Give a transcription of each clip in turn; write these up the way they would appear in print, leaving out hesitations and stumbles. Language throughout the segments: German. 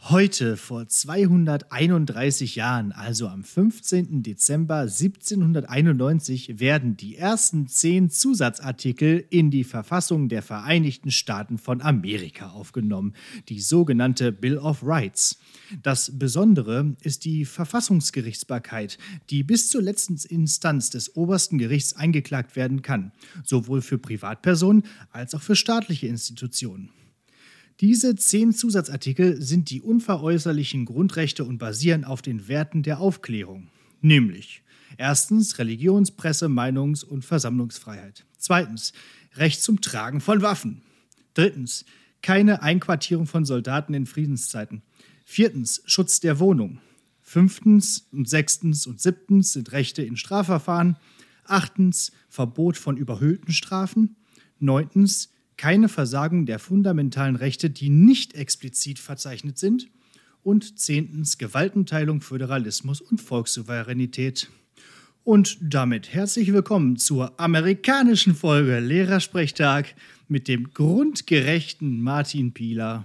Heute, vor 231 Jahren, also am 15. Dezember 1791, werden die ersten 10 Zusatzartikel in die Verfassung der Vereinigten Staaten von Amerika aufgenommen, die sogenannte Bill of Rights. Das Besondere ist die Verfassungsgerichtsbarkeit, die bis zur letzten Instanz des obersten Gerichts eingeklagt werden kann, sowohl für Privatpersonen als auch für staatliche Institutionen. Diese 10 Zusatzartikel sind die unveräußerlichen Grundrechte und basieren auf den Werten der Aufklärung. Nämlich: erstens Religions-, Presse-, Meinungs- und Versammlungsfreiheit. Zweitens Recht zum Tragen von Waffen. Drittens keine Einquartierung von Soldaten in Friedenszeiten. Viertens Schutz der Wohnung. Fünftens und sechstens und siebtens sind Rechte in Strafverfahren. Achtens Verbot von überhöhten Strafen. Neuntens keine Versagung der fundamentalen Rechte, die nicht explizit verzeichnet sind. Und 10. Gewaltenteilung, Föderalismus und Volkssouveränität. Und damit herzlich willkommen zur amerikanischen Folge Lehrersprechtag mit dem grundgerechten Martin Pieler.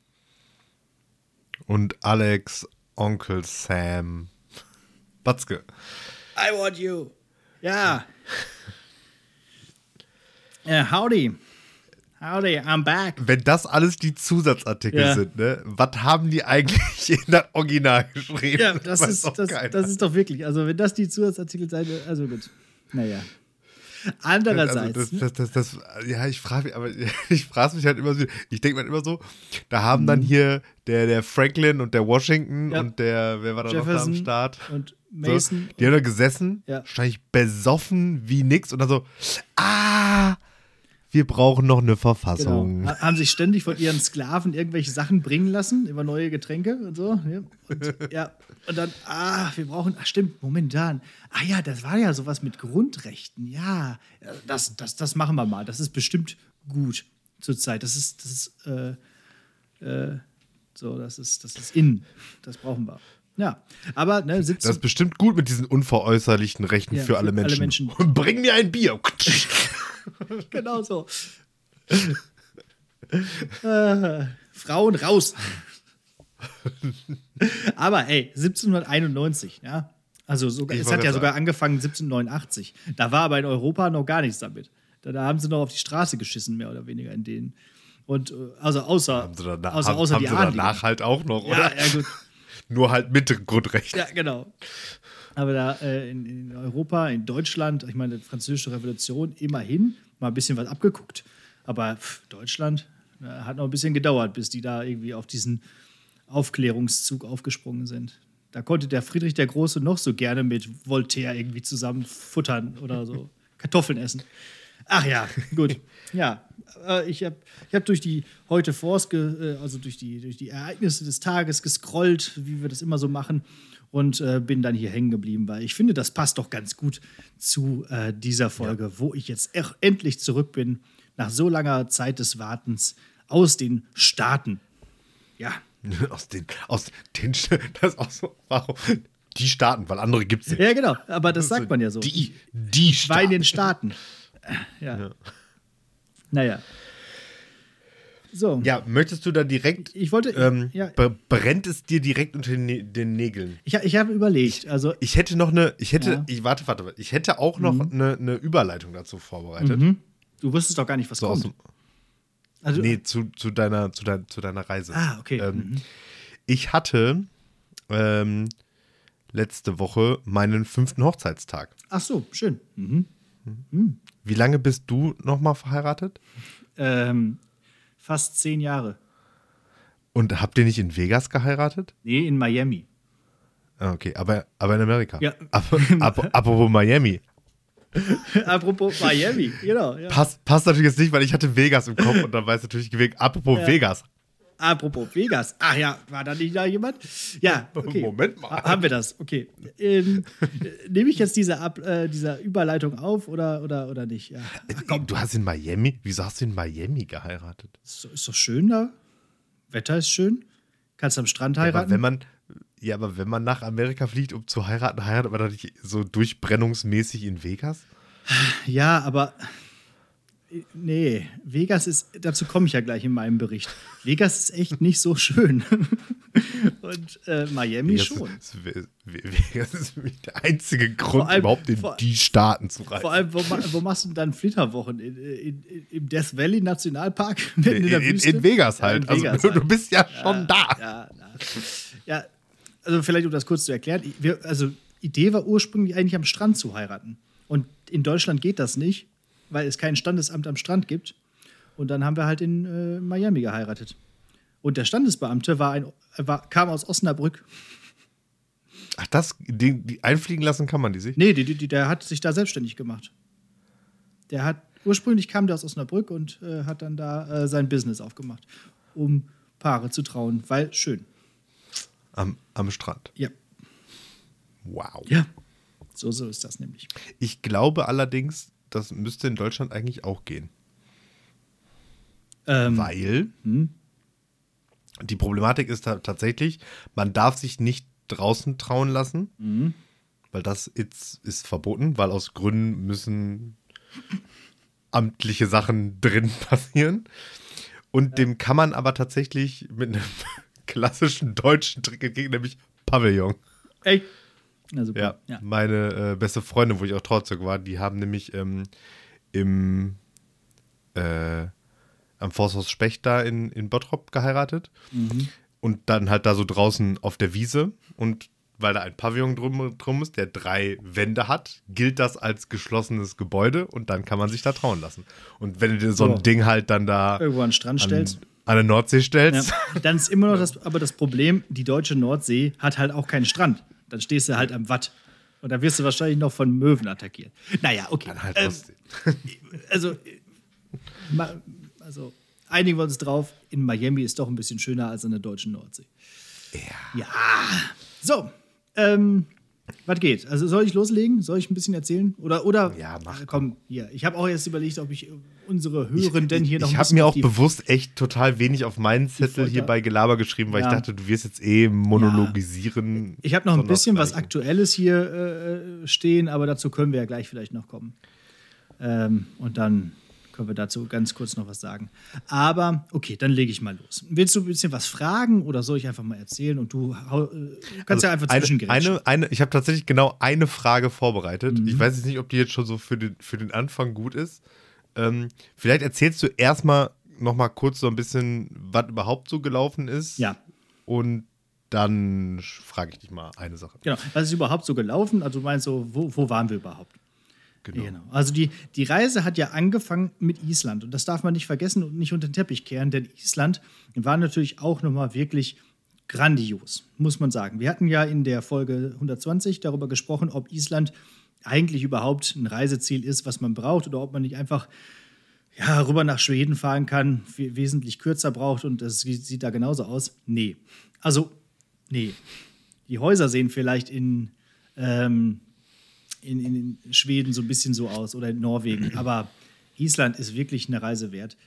Und Alex, Onkel Sam Batzke. I want you. Ja. Howdy. Howdy, I'm back. Wenn das alles die Zusatzartikel sind, ne? Was haben die eigentlich in das Original geschrieben? Ja, das ist doch wirklich, also wenn das die Zusatzartikel sein, also gut, naja. Andererseits. Also ja, ich frage mich halt immer so, ich denke mir immer so, da haben dann hier der Franklin und der Washington und wer war da noch da am Start? Und Mason. So, die haben da gesessen, wahrscheinlich besoffen wie nix und dann so, wir brauchen noch eine Verfassung. Genau. Haben sich ständig von ihren Sklaven irgendwelche Sachen bringen lassen, über neue Getränke und so. Und dann, wir brauchen, stimmt, momentan. Das war ja sowas mit Grundrechten. Ja, das machen wir mal. Das ist bestimmt gut zur Zeit. Das ist in. Das brauchen wir. Ja, aber das ist bestimmt gut mit diesen unveräußerlichen Rechten für alle Menschen. Bring mir ein Bier. Genau so. Frauen raus. Aber 1791, ja. Also es hat ja sogar angefangen 1789. Da war aber in Europa noch gar nichts damit. Da haben sie noch auf die Straße geschissen, mehr oder weniger in denen. Und also außer die Adligen. Danach halt auch noch, oder? Ja, gut. Nur halt mit Grundrechten. Ja, genau. Aber da in Europa, in Deutschland, ich meine, die Französische Revolution, immerhin mal ein bisschen was abgeguckt. Aber Deutschland hat noch ein bisschen gedauert, bis die da irgendwie auf diesen Aufklärungszug aufgesprungen sind. Da konnte der Friedrich der Große noch so gerne mit Voltaire irgendwie zusammen futtern oder so Kartoffeln essen. Ach ja, gut. Ja, ich hab durch die heute durch die Ereignisse des Tages gescrollt, wie wir das immer so machen, und bin dann hier hängen geblieben, weil ich finde, das passt doch ganz gut zu dieser Folge, wo ich jetzt endlich zurück bin, nach so langer Zeit des Wartens aus den Staaten. Ja. Aus den das ist auch so, warum? Die Staaten, weil andere gibt es nicht. Ja, genau, aber das sagt man ja so. Die Staaten. Bei den Staaten. Ja. Naja. So. Ja, möchtest du da direkt. Ich wollte. Brennt es dir direkt unter den Nägeln? Ich habe überlegt. Ich hätte noch eine. Ich hätte auch noch eine Überleitung dazu vorbereitet. Mhm. Du wusstest doch gar nicht, was so kommt. Nee, zu deiner Reise. Okay. Ich hatte letzte Woche meinen 5. Hochzeitstag. Ach so, schön. Wie lange bist du noch mal verheiratet? Fast 10 Jahre. Und habt ihr nicht in Vegas geheiratet? Nee, in Miami. Okay, aber in Amerika. Ja. Apropos Miami. Apropos Miami, genau. Ja. Passt natürlich jetzt nicht, weil ich hatte Vegas im Kopf und dann weiß natürlich gewegt. Apropos Vegas. Apropos Vegas. Ach ja, war da nicht da jemand? Ja, okay. Moment mal. Haben wir das? Okay. Nehme ich jetzt diese Überleitung auf oder nicht? Ja. Komm, du hast in Miami? Wieso hast du in Miami geheiratet? Ist doch schön da. Wetter ist schön. Kannst am Strand heiraten. Aber wenn man nach Amerika fliegt, um zu heiraten, heiratet man doch nicht so durchbrennungsmäßig in Vegas? Ja, aber Nee, Vegas ist, dazu komme ich ja gleich in meinem Bericht. Vegas ist echt nicht so schön. Und Miami Vegas schon. Vegas ist für mich der einzige Grund, überhaupt in die Staaten zu reisen. Vor allem, wo machst du denn dann Flitterwochen? Im Death Valley Nationalpark? In Vegas halt. In Vegas also, halt. Du bist ja schon da. Ja, also vielleicht, um das kurz zu erklären. Idee war ursprünglich eigentlich am Strand zu heiraten. Und in Deutschland geht das nicht, weil es kein Standesamt am Strand gibt. Und dann haben wir halt in Miami geheiratet. Und der Standesbeamte kam aus Osnabrück. Ach, die einfliegen lassen kann man die sich? Nee, der hat sich da selbstständig gemacht. Ursprünglich kam der aus Osnabrück und hat dann da sein Business aufgemacht, um Paare zu trauen, weil schön. Am Strand? Ja. Wow. Ja, so ist das nämlich. Ich glaube allerdings, das müsste in Deutschland eigentlich auch gehen. Weil die Problematik ist tatsächlich, man darf sich nicht draußen trauen lassen, weil das ist verboten, weil aus Gründen müssen amtliche Sachen drin passieren. Und dem kann man aber tatsächlich mit einem klassischen deutschen Trick entgegen, nämlich Pavillon. Ey. Na super. Ja. Meine beste Freundin, wo ich auch Trauzeug war, die haben nämlich am Forsthaus Specht da in Bottrop geheiratet. Und dann halt da so draußen auf der Wiese. Und weil da ein Pavillon drum ist, der 3 Wände hat, gilt das als geschlossenes Gebäude und dann kann man sich da trauen lassen. Und wenn du dir so ein Ding halt dann da irgendwo an den Strand stellst, an der Nordsee stellst. Ja. Dann ist immer noch das Problem, die deutsche Nordsee hat halt auch keinen Strand. Dann stehst du halt am Watt. Und da wirst du wahrscheinlich noch von Möwen attackiert. Naja, okay. Dann halt also einigen wir uns drauf, in Miami ist doch ein bisschen schöner als an der deutschen Nordsee. Ja. So, was geht? Also soll ich loslegen? Soll ich ein bisschen erzählen? Oder ja, mach. Komm, hier. Ich habe auch jetzt überlegt, ob ich unsere Hörenden hier noch ein bisschen... Ich habe mir auch bewusst echt total wenig auf meinen Zettel hier bei Gelaber geschrieben, weil ich dachte, du wirst jetzt monologisieren. Ja. Ich habe noch ein bisschen was Aktuelles hier stehen, aber dazu können wir ja gleich vielleicht noch kommen. Und dann können wir dazu ganz kurz noch was sagen. Aber okay, dann lege ich mal los. Willst du ein bisschen was fragen oder soll ich einfach mal erzählen und du kannst ja einfach zwischengrätschen? Ich habe tatsächlich genau eine Frage vorbereitet. Ich weiß jetzt nicht, ob die jetzt schon so für den Anfang gut ist. Vielleicht erzählst du erstmal noch mal kurz so ein bisschen, was überhaupt so gelaufen ist. Ja. Und dann frage ich dich mal eine Sache. Genau, was ist überhaupt so gelaufen? Also du meinst so, wo waren wir überhaupt? Genau. Also die Reise hat ja angefangen mit Island und das darf man nicht vergessen und nicht unter den Teppich kehren, denn Island war natürlich auch nochmal wirklich grandios, muss man sagen. Wir hatten ja in der Folge 120 darüber gesprochen, ob Island eigentlich überhaupt ein Reiseziel ist, was man braucht oder ob man nicht einfach rüber nach Schweden fahren kann, wesentlich kürzer braucht und das sieht da genauso aus. Nee. Also, nee. Die Häuser sehen vielleicht in Schweden so ein bisschen so aus oder in Norwegen. Aber Island ist wirklich eine Reise wert.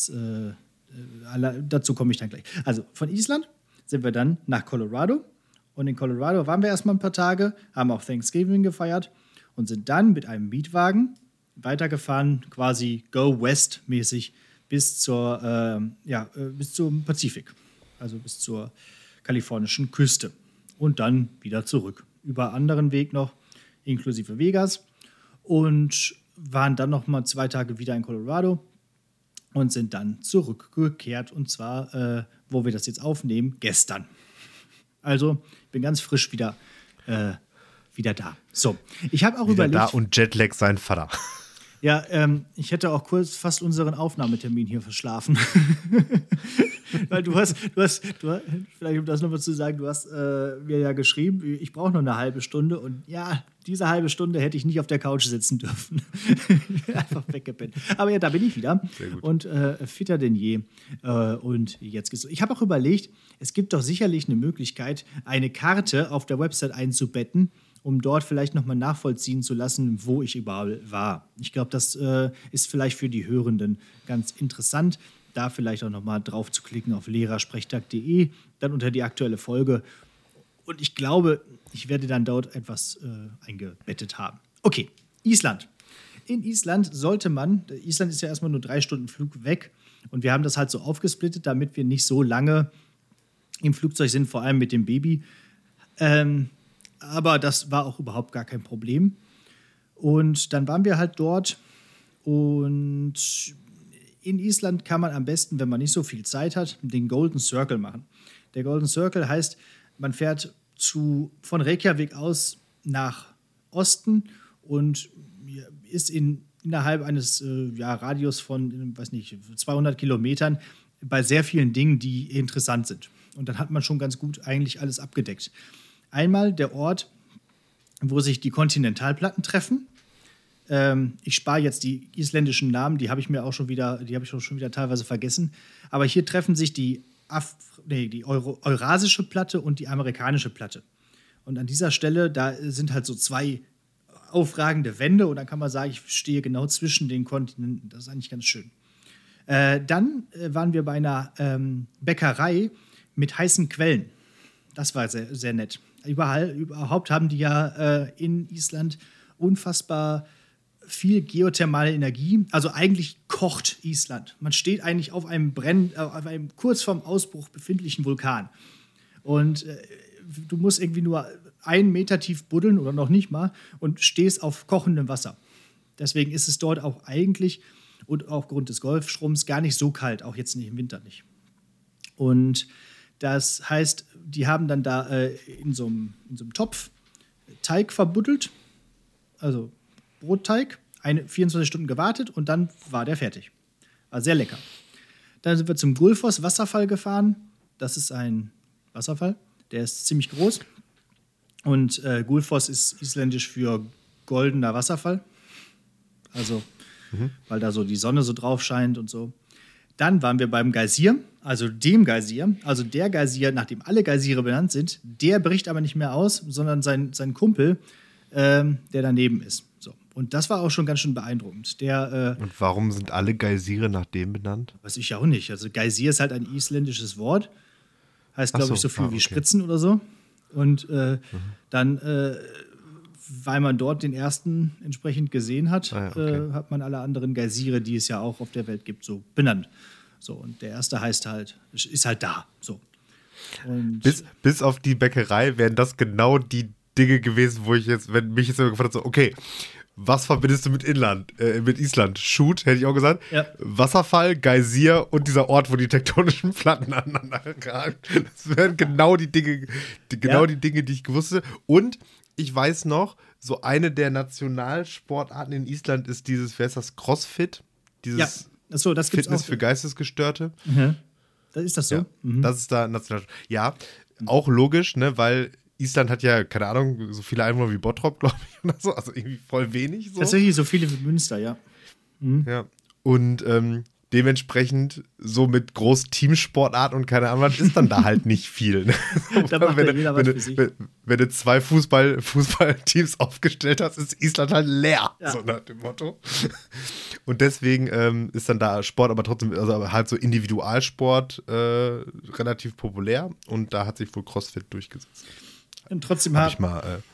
Dazu komme ich dann gleich. Also von Island sind wir dann nach Colorado. Und in Colorado waren wir erstmal ein paar Tage, haben auch Thanksgiving gefeiert und sind dann mit einem Mietwagen weitergefahren, quasi Go West-mäßig bis zum Pazifik. Also bis zur kalifornischen Küste. Und dann wieder zurück. Über anderen Weg noch, inklusive Vegas, und waren dann noch mal 2 Tage wieder in Colorado und sind dann zurückgekehrt, und zwar, wo wir das jetzt aufnehmen, gestern. Also, ich bin ganz frisch wieder da. So, ich habe auch wieder überlegt... da und Jetlag sein Vater. Ja, ich hätte auch kurz fast unseren Aufnahmetermin hier verschlafen. Weil du hast, vielleicht um das nochmal zu sagen, du hast mir ja geschrieben, ich brauche noch eine halbe Stunde und ja, diese halbe Stunde hätte ich nicht auf der Couch sitzen dürfen. Einfach weggepennt. Aber ja, da bin ich wieder. Sehr gut. Und fitter denn je. Und jetzt geht's. Ich habe auch überlegt, es gibt doch sicherlich eine Möglichkeit, eine Karte auf der Website einzubetten, um dort vielleicht nochmal nachvollziehen zu lassen, wo ich überall war. Ich glaube, das ist vielleicht für die Hörenden ganz interessant, da vielleicht auch nochmal drauf zu klicken auf lehrersprechtag.de, dann unter die aktuelle Folge. Und ich glaube, ich werde dann dort etwas eingebettet haben. Okay, Island. In Island Island ist ja erstmal nur 3 Stunden Flug weg und wir haben das halt so aufgesplittet, damit wir nicht so lange im Flugzeug sind, vor allem mit dem Baby. Aber das war auch überhaupt gar kein Problem. Und dann waren wir halt dort und in Island kann man am besten, wenn man nicht so viel Zeit hat, den Golden Circle machen. Der Golden Circle heißt, man fährt von Reykjavik aus nach Osten und ist innerhalb eines Radius von, 200 Kilometern bei sehr vielen Dingen, die interessant sind. Und dann hat man schon ganz gut eigentlich alles abgedeckt. Einmal der Ort, wo sich die Kontinentalplatten treffen. Ich spare jetzt die isländischen Namen, die habe ich schon wieder teilweise vergessen. Aber hier treffen sich die eurasische Platte und die amerikanische Platte. Und an dieser Stelle, da sind halt so 2 aufragende Wände und dann kann man sagen, ich stehe genau zwischen den Kontinenten. Das ist eigentlich ganz schön. Dann waren wir bei einer Bäckerei mit heißen Quellen. Das war sehr, sehr nett. Überhaupt haben die ja in Island unfassbar viel geothermale Energie. Also eigentlich kocht Island. Man steht eigentlich auf einem kurz vorm Ausbruch befindlichen Vulkan. Und du musst irgendwie nur 1 Meter tief buddeln oder noch nicht mal und stehst auf kochendem Wasser. Deswegen ist es dort auch eigentlich und aufgrund des Golfstroms gar nicht so kalt, auch jetzt nicht im Winter nicht. Und das heißt, die haben dann da in so einem Topf Teig verbuddelt, also Brotteig, 24 Stunden gewartet und dann war der fertig. War sehr lecker. Dann sind wir zum Gullfoss Wasserfall gefahren. Das ist ein Wasserfall, der ist ziemlich groß. Und Gullfoss ist isländisch für goldener Wasserfall. Also, weil da so die Sonne so drauf scheint und so. Dann waren wir beim Geysir, also dem Geysir. Also der Geysir, nachdem alle Geysire benannt sind, der bricht aber nicht mehr aus, sondern sein Kumpel, der daneben ist. So. Und das war auch schon ganz schön beeindruckend. Und warum sind alle Geysire nach dem benannt? Weiß ich auch nicht. Also Geysir ist halt ein isländisches Wort. Heißt, glaube ich, so viel wie Spritzen oder so. Und dann, weil man dort den ersten entsprechend gesehen hat, hat man alle anderen Geysire, die es ja auch auf der Welt gibt, so benannt. So, und der erste ist halt da. So. Und bis auf die Bäckerei wären das genau die Dinge gewesen, wo wenn mich jetzt gefragt hat, so, okay, was verbindest du mit mit Island? Shoot, hätte ich auch gesagt. Ja. Wasserfall, Geysir und dieser Ort, wo die tektonischen Platten aneinander ragen. Das wären genau die Dinge, die Dinge, die ich gewusst habe. Und ich weiß noch, so eine der Nationalsportarten in Island ist dieses, wer ist das, CrossFit? Dieses das Fitness für Geistesgestörte. Mhm. Ist das so? Ja, das ist da national. Ja, auch logisch, ne, weil Island hat ja, keine Ahnung, so viele Einwohner wie Bottrop, glaube ich, oder so. Also irgendwie voll wenig. So. Tatsächlich so viele wie Münster, ja. Mhm. Ja. Und dementsprechend so mit Groß-Teamsportart und keine Ahnung, was ist dann da halt nicht viel. Ne? Da macht jeder was für sich. Wenn du 2 Fußballteams aufgestellt hast, ist Island halt leer, so nach dem Motto. Und deswegen ist dann da Sport, aber trotzdem, also halt so Individualsport relativ populär und da hat sich wohl CrossFit durchgesetzt. Und trotzdem habe ich mal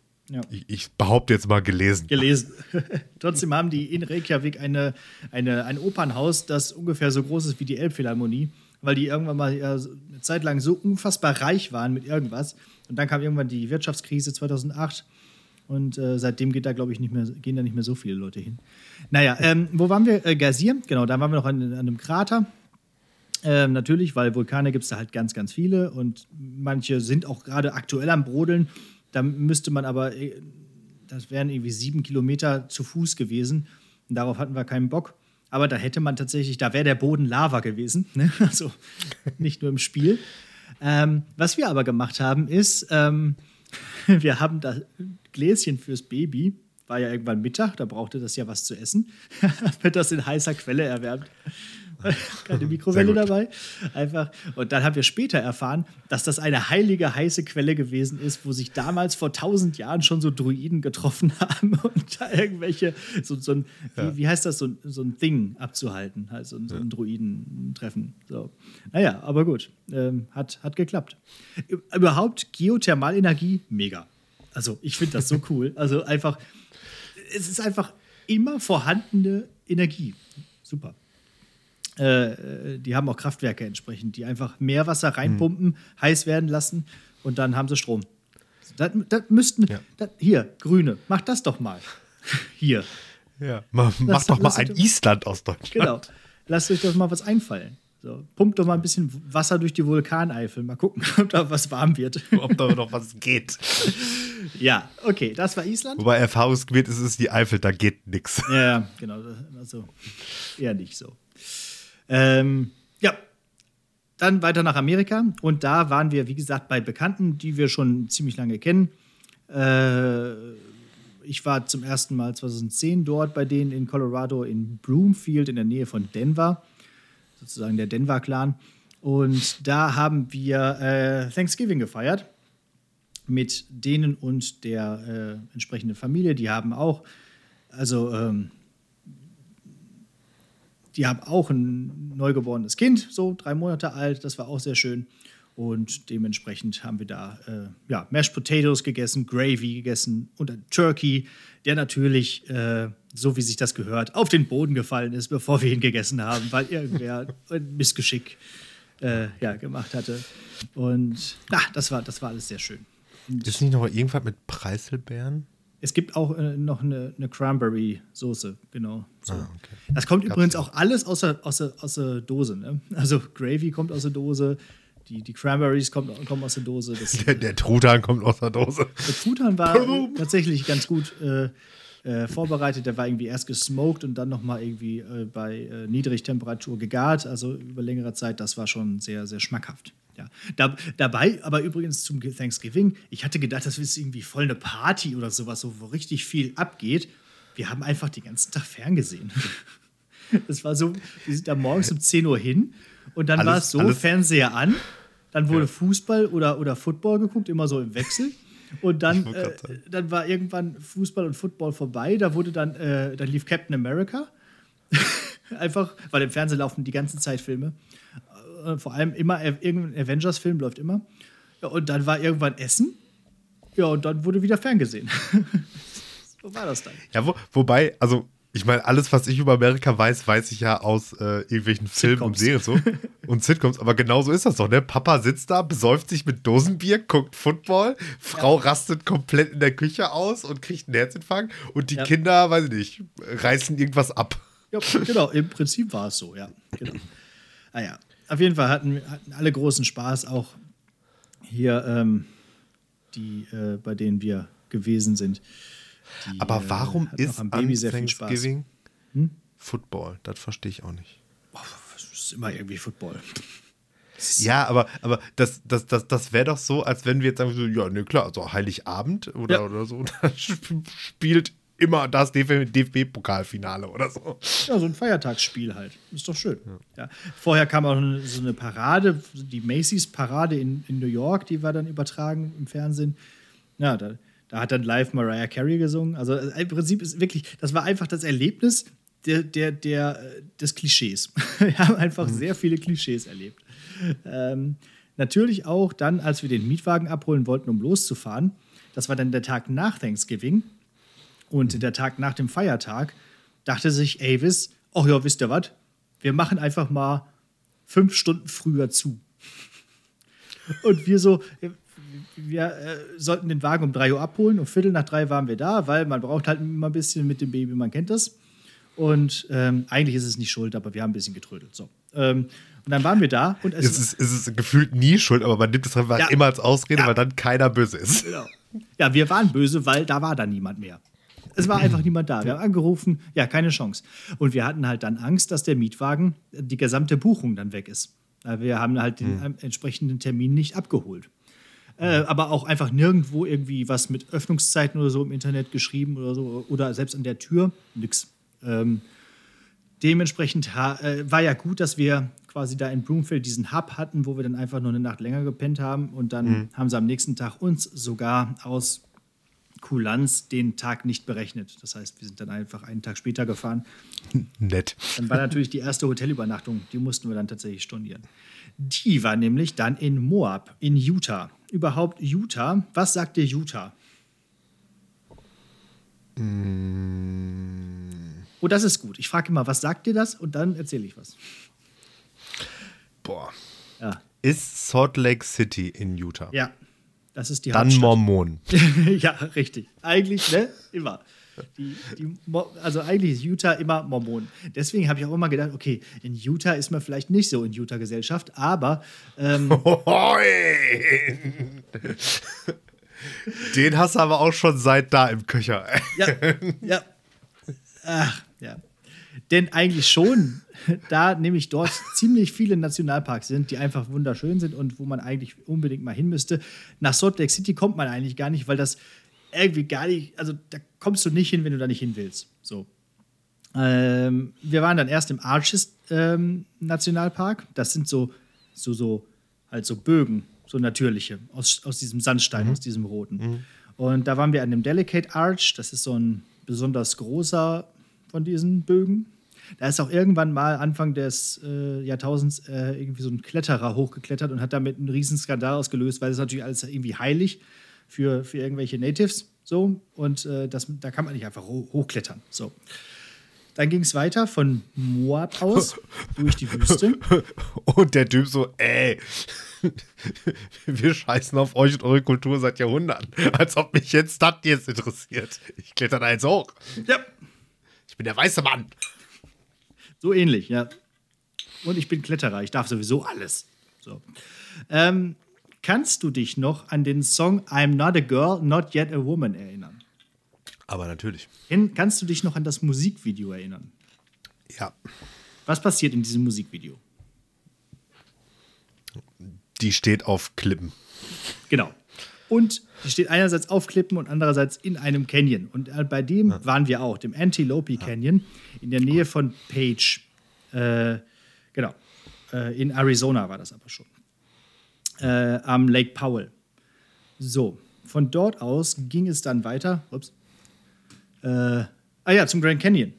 ich behaupte jetzt mal gelesen. Trotzdem haben die in Reykjavik ein Opernhaus, das ungefähr so groß ist wie die Elbphilharmonie, weil die irgendwann mal eine Zeit lang so unfassbar reich waren mit irgendwas. Und dann kam irgendwann die Wirtschaftskrise 2008 und seitdem gehen da nicht mehr so viele Leute hin. Naja, wo waren wir? Geysir, genau, da waren wir noch an einem Krater. Natürlich, weil Vulkane gibt es da halt ganz, ganz viele und manche sind auch gerade aktuell am Brodeln. Da müsste man aber, das wären irgendwie 7 Kilometer zu Fuß gewesen. Und darauf hatten wir keinen Bock. Aber da wäre der Boden Lava gewesen. Ne? Also nicht nur im Spiel. Was wir aber gemacht haben, ist, wir haben da Gläschen fürs Baby. War ja irgendwann Mittag, da brauchte das ja was zu essen. Wird das in heißer Quelle erwärmt. Keine Mikrowelle dabei. Einfach. Und dann haben wir später erfahren, dass das eine heilige, heiße Quelle gewesen ist, wo sich damals vor 1000 Jahren schon so Druiden getroffen haben und da irgendwelche, wie heißt das, so ein Ding abzuhalten, halt so ein Druiden-Treffen. So. Naja, aber gut, hat geklappt. Überhaupt Geothermalenergie, mega. Also ich finde das so cool. Also einfach, es ist einfach immer vorhandene Energie. Super. Die haben auch Kraftwerke entsprechend, die einfach Meerwasser reinpumpen, heiß werden lassen und dann haben sie Strom. Hier, Grüne, macht das doch mal. Hier. Ja, mach doch mal ein Island aus Deutschland. Genau. Lasst euch doch mal was einfallen. So, pumpt doch mal ein bisschen Wasser durch die Vulkaneifel. Mal gucken, ob da was warm wird. Ob da noch was geht. Ja, okay, das war Island. Wobei erfahrungsgemäß ist es die Eifel, da geht nichts. Ja, genau. Also eher nicht so. Ja, dann weiter nach Amerika. Und da waren wir, wie gesagt, bei Bekannten, die wir schon ziemlich lange kennen. Ich war zum ersten Mal 2010 dort bei denen in Colorado, in Broomfield in der Nähe von Denver. Sozusagen der Denver-Clan. Und da haben wir Thanksgiving gefeiert mit denen und der entsprechenden Familie. Die haben auch, die haben auch ein neugeborenes Kind, so 3 Monate alt. Das war auch sehr schön. Und dementsprechend haben wir da Mashed Potatoes gegessen, Gravy gegessen und ein Turkey, der natürlich, so wie sich das gehört, auf den Boden gefallen ist, bevor wir ihn gegessen haben, weil irgendwer ein Missgeschick gemacht hatte. Und das war alles sehr schön. Und ist nicht noch irgendwas mit Preiselbeeren? es gibt auch noch eine Cranberry-Soße, genau. So. Ah, okay. Das kommt übrigens auch alles aus der Dose. Ne? Also Gravy kommt aus der Dose, die Cranberries kommen aus der Dose. Der Truthahn kommt aus der Dose. Der Truthahn war tatsächlich ganz gut vorbereitet. Der war irgendwie erst gesmoked und dann nochmal irgendwie bei Niedrigtemperatur gegart. Also über längere Zeit, das war schon sehr, sehr schmackhaft. Ja. Dabei, aber übrigens zum Thanksgiving, ich hatte gedacht, das ist irgendwie voll eine Party oder sowas, wo richtig viel abgeht. Wir haben einfach den ganzen Tag ferngesehen. Das war so, wir sind da morgens um 10 Uhr hin und dann war es so, Fernseher an, dann wurde Fußball oder Football geguckt, immer so im Wechsel. Und dann war irgendwann Fußball und Football vorbei, dann lief Captain America. Einfach, weil im Fernsehen laufen die ganze Zeit Filme. Vor allem immer irgendein Avengers-Film läuft immer. Ja, und dann war irgendwann Essen. Ja, und dann wurde wieder ferngesehen. So war das dann. Ja, wobei, also ich meine, alles, was ich über Amerika weiß ich ja aus irgendwelchen Filmen und Serien so und Sitcoms. Aber genau so ist das doch, ne? Papa sitzt da, besäuft sich mit Dosenbier, guckt Football, Frau rastet komplett in der Küche aus und kriegt einen Herzinfarkt und die Kinder, weiß ich nicht, reißen irgendwas ab. Ja, genau, im Prinzip war es so, ja. Genau. Auf jeden Fall hatten alle großen Spaß, auch hier, bei denen wir gewesen sind. Aber warum ist am Baby sehr viel Thanksgiving Football? Das verstehe ich auch nicht. Es ist immer irgendwie Football. Ja, aber das wäre doch so, als wenn wir jetzt sagen, so, ja, ne, klar, so Heiligabend oder so, da spielt immer das DFB-Pokalfinale oder so. Ja, so ein Feiertagsspiel halt. Ist doch schön. Ja. Vorher kam auch so eine Parade, die Macy's-Parade in New York, die war dann übertragen im Fernsehen. Ja, da hat dann live Mariah Carey gesungen. Also im Prinzip ist wirklich, das war einfach das Erlebnis des Klischees. Wir haben einfach sehr viele Klischees erlebt. Natürlich auch dann, als wir den Mietwagen abholen wollten, um loszufahren. Das war dann der Tag nach Thanksgiving. Und der Tag nach dem Feiertag dachte sich Avis, ach ja, wisst ihr was? Wir machen einfach mal 5 Stunden früher zu. Und wir sollten den Wagen um 3 Uhr abholen. Um 2:45 waren wir da, weil man braucht halt immer ein bisschen mit dem Baby, man kennt das. Und eigentlich ist es nicht schuld, aber wir haben ein bisschen getrödelt. So. Und dann waren wir da. Und es ist gefühlt nie schuld, aber man nimmt es einfach immer als Ausrede, weil dann keiner böse ist. Genau. Ja, wir waren böse, weil da war dann niemand mehr. Es war einfach niemand da. Wir haben angerufen, ja, keine Chance. Und wir hatten halt dann Angst, dass der Mietwagen, die gesamte Buchung dann weg ist. Wir haben halt den entsprechenden Termin nicht abgeholt. Aber auch einfach nirgendwo irgendwie was mit Öffnungszeiten oder so im Internet geschrieben oder so. Oder selbst an der Tür, nix. Dementsprechend war ja gut, dass wir quasi da in Broomfield diesen Hub hatten, wo wir dann einfach nur eine Nacht länger gepennt haben. Und dann haben sie am nächsten Tag uns sogar aus Kulanz den Tag nicht berechnet. Das heißt, wir sind dann einfach einen Tag später gefahren. Nett. Dann war natürlich die erste Hotelübernachtung, die mussten wir dann tatsächlich stornieren. Die war nämlich dann in Moab, in Utah. Überhaupt Utah. Was sagt dir Utah? Oh, das ist gut. Ich frage immer, was sagt dir das? Und dann erzähle ich was. Boah. Ja. Ist Salt Lake City in Utah? Ja, das ist die Dann Hauptstadt. Mormonen. Ja, richtig. Eigentlich, ne? Immer. Also eigentlich ist Utah immer Mormonen. Deswegen habe ich auch immer gedacht, okay, in Utah ist man vielleicht nicht so in Utah-Gesellschaft, aber Den hast du aber auch schon seit da im Köcher. ja. Ach, ja. Denn eigentlich schon, da nämlich dort ziemlich viele Nationalparks sind, die einfach wunderschön sind und wo man eigentlich unbedingt mal hin müsste. Nach Salt Lake City kommt man eigentlich gar nicht, weil das irgendwie gar nicht, also da kommst du nicht hin, wenn du da nicht hin willst. So. Wir waren dann erst im Arches Nationalpark. Das sind so Bögen, so natürliche, aus diesem Sandstein, aus diesem roten. Und da waren wir an dem Delicate Arch. Das ist so ein besonders großer von diesen Bögen. Da ist auch irgendwann mal Anfang des Jahrtausends irgendwie so ein Kletterer hochgeklettert und hat damit einen riesen Skandal ausgelöst, weil das ist natürlich alles irgendwie heilig für irgendwelche Natives. So. Und da kann man nicht einfach hochklettern. So. Dann ging es weiter von Moab aus durch die Wüste. Und der Typ so, wir scheißen auf euch und eure Kultur seit Jahrhunderten. Als ob mich jetzt das interessiert. Ich kletter da jetzt hoch. Ja. Ich bin der weiße Mann. So ähnlich, ja. Und ich bin Kletterer, ich darf sowieso alles. So. Kannst du dich noch an den Song I'm Not a Girl, Not Yet a Woman erinnern? Aber natürlich. Kannst du dich noch an das Musikvideo erinnern? Ja. Was passiert in diesem Musikvideo? Die steht auf Klippen. Genau. Und die steht einerseits auf Klippen und andererseits in einem Canyon. Und bei dem waren wir auch, dem Antelope Canyon, in der Nähe von Page. Genau. In Arizona war das aber schon. Am Lake Powell. So, von dort aus ging es dann weiter. Zum Grand Canyon.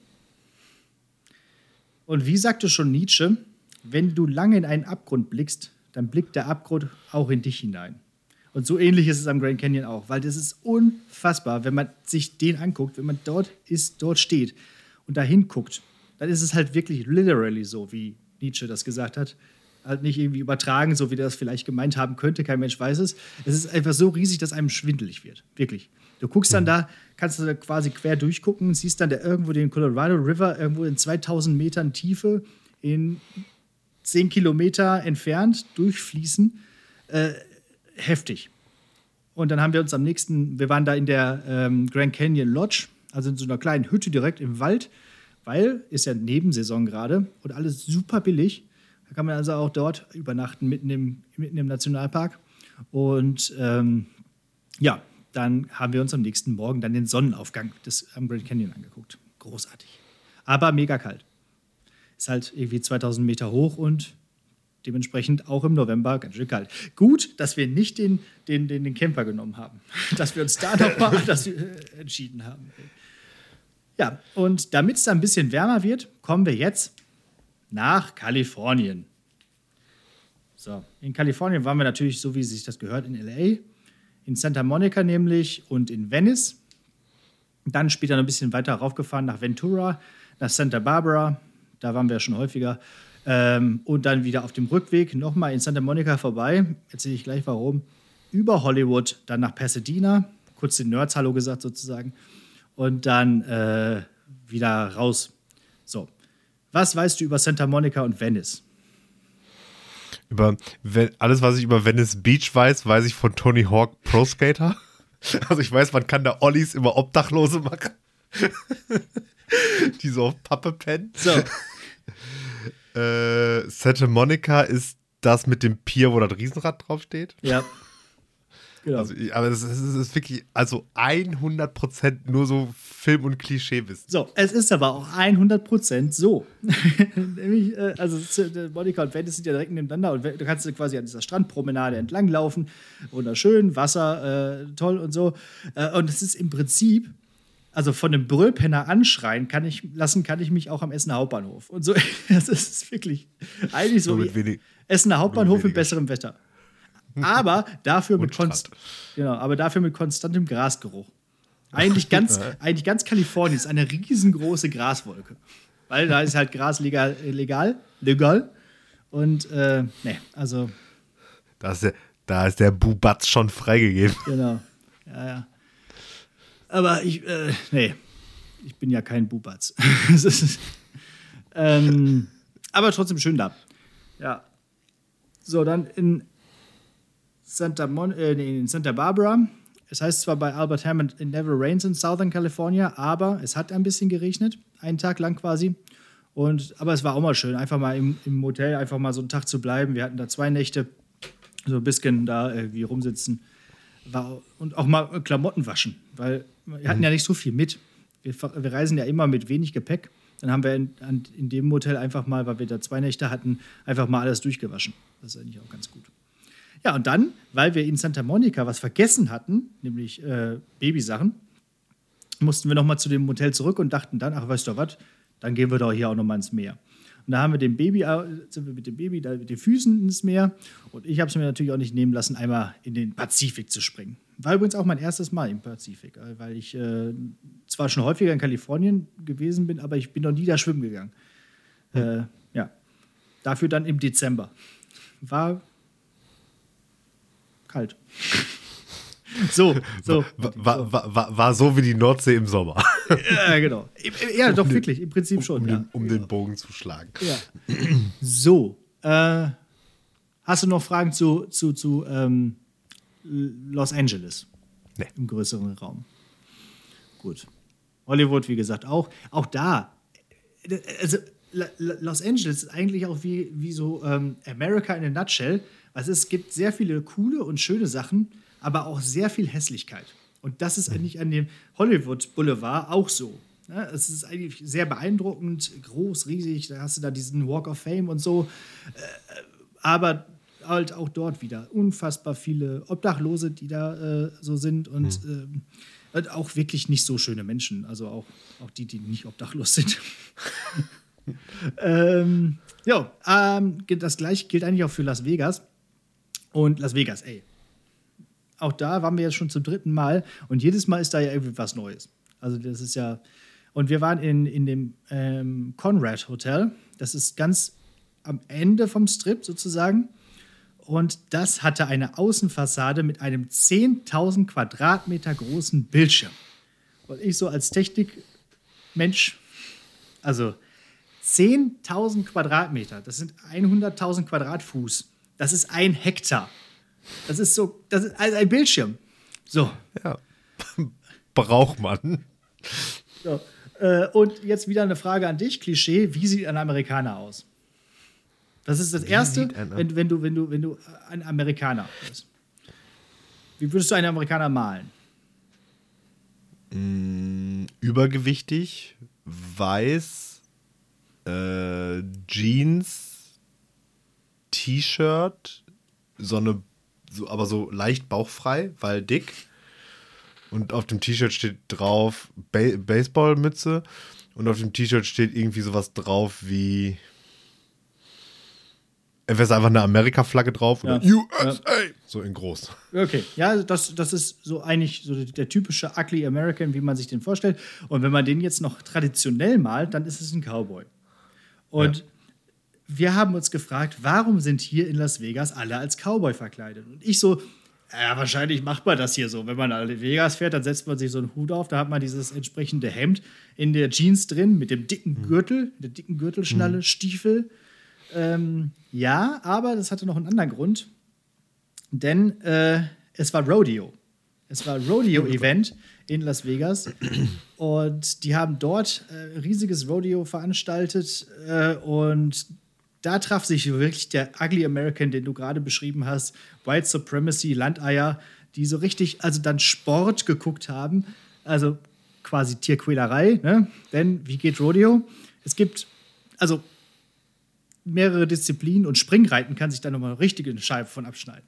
Und wie sagte schon Nietzsche, wenn du lange in einen Abgrund blickst, dann blickt der Abgrund auch in dich hinein. Und so ähnlich ist es am Grand Canyon auch, weil das ist unfassbar, wenn man sich den anguckt, wenn man dort steht und da hinguckt, dann ist es halt wirklich literally so, wie Nietzsche das gesagt hat. Halt nicht irgendwie übertragen, so wie der das vielleicht gemeint haben könnte, kein Mensch weiß es. Es ist einfach so riesig, dass einem schwindelig wird, wirklich. Du guckst dann da, kannst du da quasi quer durchgucken, siehst dann da irgendwo den Colorado River, irgendwo in 2000 Metern Tiefe, in 10 Kilometer entfernt durchfließen. Heftig. Und dann haben wir uns wir waren da in der Grand Canyon Lodge, also in so einer kleinen Hütte direkt im Wald, weil ist ja Nebensaison gerade und alles super billig. Da kann man also auch dort übernachten, mitten im Nationalpark. Und dann haben wir uns am nächsten Morgen dann den Sonnenaufgang am Grand Canyon angeguckt. Großartig. Aber mega kalt. Ist halt irgendwie 2000 Meter hoch und dementsprechend auch im November ganz schön kalt. Gut, dass wir nicht den Camper genommen haben. Dass wir uns da nochmal anders entschieden haben. Ja, und damit es da ein bisschen wärmer wird, kommen wir jetzt nach Kalifornien. So, in Kalifornien waren wir natürlich, so wie sich das gehört, in L.A., in Santa Monica nämlich und in Venice. Dann später noch ein bisschen weiter raufgefahren nach Ventura, nach Santa Barbara. Da waren wir schon häufiger. Und dann wieder auf dem Rückweg nochmal in Santa Monica vorbei. Erzähle ich gleich warum. Über Hollywood, dann nach Pasadena. Kurz den Nerds Hallo gesagt sozusagen. Und dann wieder raus. So. Was weißt du über Santa Monica und Venice? Alles, was ich über Venice Beach weiß, weiß ich von Tony Hawk Pro Skater. Also ich weiß, man kann da Ollies über Obdachlose machen. Die so auf Pappe pennen. So. Santa Monica ist das mit dem Pier, wo das Riesenrad draufsteht. Ja. Genau. Also, aber es ist wirklich, also 100% nur so Film- und Klischee-Wissen. So, es ist aber auch 100% so. Nämlich, Monica und Venice sind ja direkt nebeneinander und du kannst quasi an dieser Strandpromenade entlang laufen. Wunderschön, Wasser, toll und so. Und es ist im Prinzip, also von einem Brüllpenner anschreien kann ich mich auch am Essener Hauptbahnhof. Und so, das ist wirklich eigentlich so wie Essener Hauptbahnhof mit besserem Wetter. Aber dafür mit konstantem Grasgeruch. Eigentlich ganz Kalifornien ist eine riesengroße Graswolke. Weil da ist halt Gras legal. Und, also. Da ist der Bubatz schon freigegeben. Genau. Ja. Aber ich bin ja kein Bubatz. Aber trotzdem schön da. Ja. So, dann in Santa Barbara. Es heißt zwar bei Albert Hammond, it never rains in Southern California, aber es hat ein bisschen geregnet, einen Tag lang quasi. Aber es war auch mal schön, einfach mal im Hotel, einfach mal so einen Tag zu bleiben. Wir hatten da 2 Nächte, so ein bisschen da irgendwie rumsitzen. Und auch mal Klamotten waschen, weil wir hatten ja nicht so viel mit. Wir reisen ja immer mit wenig Gepäck. Dann haben wir in dem Hotel einfach mal, weil wir da 2 Nächte hatten, einfach mal alles durchgewaschen. Das ist eigentlich auch ganz gut. Ja, und dann, weil wir in Santa Monica was vergessen hatten, nämlich Babysachen, mussten wir nochmal zu dem Hotel zurück und dachten dann, ach, weißt du was, dann gehen wir doch hier auch nochmal ins Meer. Und da haben wir sind wir mit dem Baby da mit den Füßen ins Meer. Und ich habe es mir natürlich auch nicht nehmen lassen, einmal in den Pazifik zu springen. War übrigens auch mein erstes Mal im Pazifik, weil ich zwar schon häufiger in Kalifornien gewesen bin, aber ich bin noch nie da schwimmen gegangen. Ja. Dafür dann im Dezember. War kalt. So. War so wie die Nordsee im Sommer. Ja, genau. Ja, doch, wirklich, im Prinzip schon. Um den Bogen zu schlagen. Ja. So. Hast du noch Fragen zu Los Angeles? Nee. Im größeren Raum. Gut. Hollywood, wie gesagt, auch. Auch da. Also, Los Angeles ist eigentlich auch wie so America in a nutshell. Also, es gibt sehr viele coole und schöne Sachen, aber auch sehr viel Hässlichkeit. Und das ist eigentlich an dem Hollywood Boulevard auch so. Ja, es ist eigentlich sehr beeindruckend, groß, riesig. Da hast du da diesen Walk of Fame und so. Aber halt auch dort wieder unfassbar viele Obdachlose, die da so sind und auch wirklich nicht so schöne Menschen. Also auch die nicht obdachlos sind. Das gleiche gilt eigentlich auch für Las Vegas. Und Las Vegas, auch da waren wir jetzt schon zum 3. Mal und jedes Mal ist da ja irgendwie was Neues. Also das ist ja. Und wir waren in dem Conrad Hotel. Das ist ganz am Ende vom Strip sozusagen. Und das hatte eine Außenfassade mit einem 10.000 Quadratmeter großen Bildschirm. Und ich so als Technikmensch, also 10.000 Quadratmeter, das sind 100.000 Quadratfuß. Das ist 1 Hektar. Das ist also ein Bildschirm. So. Ja. Braucht man. So. Und jetzt wieder eine Frage an dich, Klischee. Wie sieht ein Amerikaner aus? Das ist das Erste, wenn du ein Amerikaner bist. Wie würdest du einen Amerikaner malen? Übergewichtig, weiß, Jeans, T-Shirt, aber so leicht bauchfrei, weil dick. Und auf dem T-Shirt steht drauf Baseballmütze. Und auf dem T-Shirt steht irgendwie sowas drauf wie. Entweder ist einfach eine Amerika-Flagge drauf oder USA. So in groß. Okay, ja, das ist so eigentlich so der typische Ugly American, wie man sich den vorstellt. Und wenn man den jetzt noch traditionell malt, dann ist es ein Cowboy. Und wir haben uns gefragt, warum sind hier in Las Vegas alle als Cowboy verkleidet? Und ich so, ja, wahrscheinlich macht man das hier so. Wenn man nach Las Vegas fährt, dann setzt man sich so einen Hut auf, da hat man dieses entsprechende Hemd in der Jeans drin mit dem dicken Gürtel, der dicken Gürtelschnalle, Stiefel. Ja, aber das hatte noch einen anderen Grund. Denn es war Rodeo. Es war ein Rodeo-Event in Las Vegas. Und die haben dort riesiges Rodeo veranstaltet. Und da traf sich wirklich der Ugly American, den du gerade beschrieben hast. White Supremacy, Landeier, die so richtig, also dann Sport geguckt haben. Also quasi Tierquälerei. Ne? Denn wie geht Rodeo? Es gibt, also mehrere Disziplinen und Springreiten kann sich da nochmal eine richtige Scheibe von abschneiden.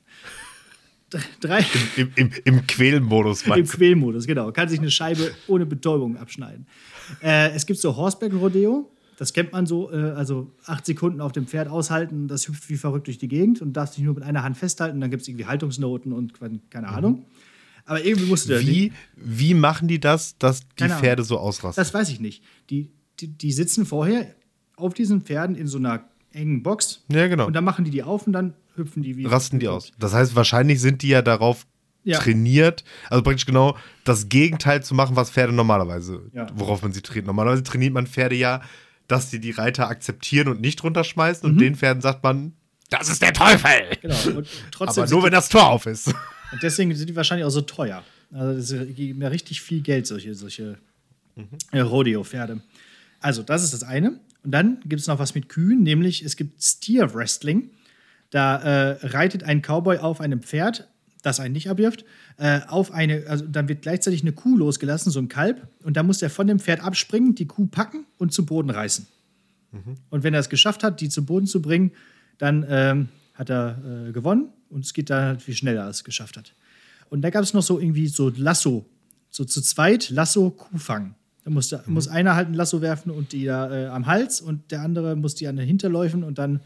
Im Quälmodus, meinst du? Im Quälmodus, genau. Kann sich eine Scheibe ohne Betäubung abschneiden. Es gibt so Horseback-Rodeo. Das kennt man so, also 8 Sekunden auf dem Pferd aushalten, das hüpft wie verrückt durch die Gegend und darfst dich nur mit einer Hand festhalten. Dann gibt es irgendwie Haltungsnoten und keine Ahnung. Aber irgendwie musst du Wie machen die das, dass die Keine Ahnung. Pferde so ausrasten? Das weiß ich nicht. Die sitzen vorher auf diesen Pferden in so einer engen Box. Ja, genau. Und dann machen die auf und dann hüpfen die wieder. Rasten die aus. Das heißt, wahrscheinlich sind die ja darauf trainiert, also praktisch genau das Gegenteil zu machen, was Pferde normalerweise, worauf man sie trainiert. Normalerweise trainiert man Pferde ja, dass sie die Reiter akzeptieren und nicht runterschmeißen. Und den Pferden sagt man, das ist der Teufel. Genau. Und trotzdem aber nur, wenn das Tor auf ist. Und deswegen sind die wahrscheinlich auch so teuer. Also das geben ja richtig viel Geld, solche Rodeo-Pferde. Also das ist das eine. Und dann gibt es noch was mit Kühen, nämlich es gibt Steer Wrestling. Da reitet ein Cowboy auf einem Pferd, das einen nicht abwirft, also dann wird gleichzeitig eine Kuh losgelassen, so ein Kalb, und dann muss er von dem Pferd abspringen, die Kuh packen und zu Boden reißen. Und wenn er es geschafft hat, die zu Boden zu bringen, dann hat er gewonnen und es geht dann halt, wie schnell er es geschafft hat. Und da gab es noch so irgendwie so Lasso, so zu zweit Lasso Kuh fangen. Da muss einer halt ein Lasso werfen und die da am Hals und der andere muss die an den Hinterläufen und dann,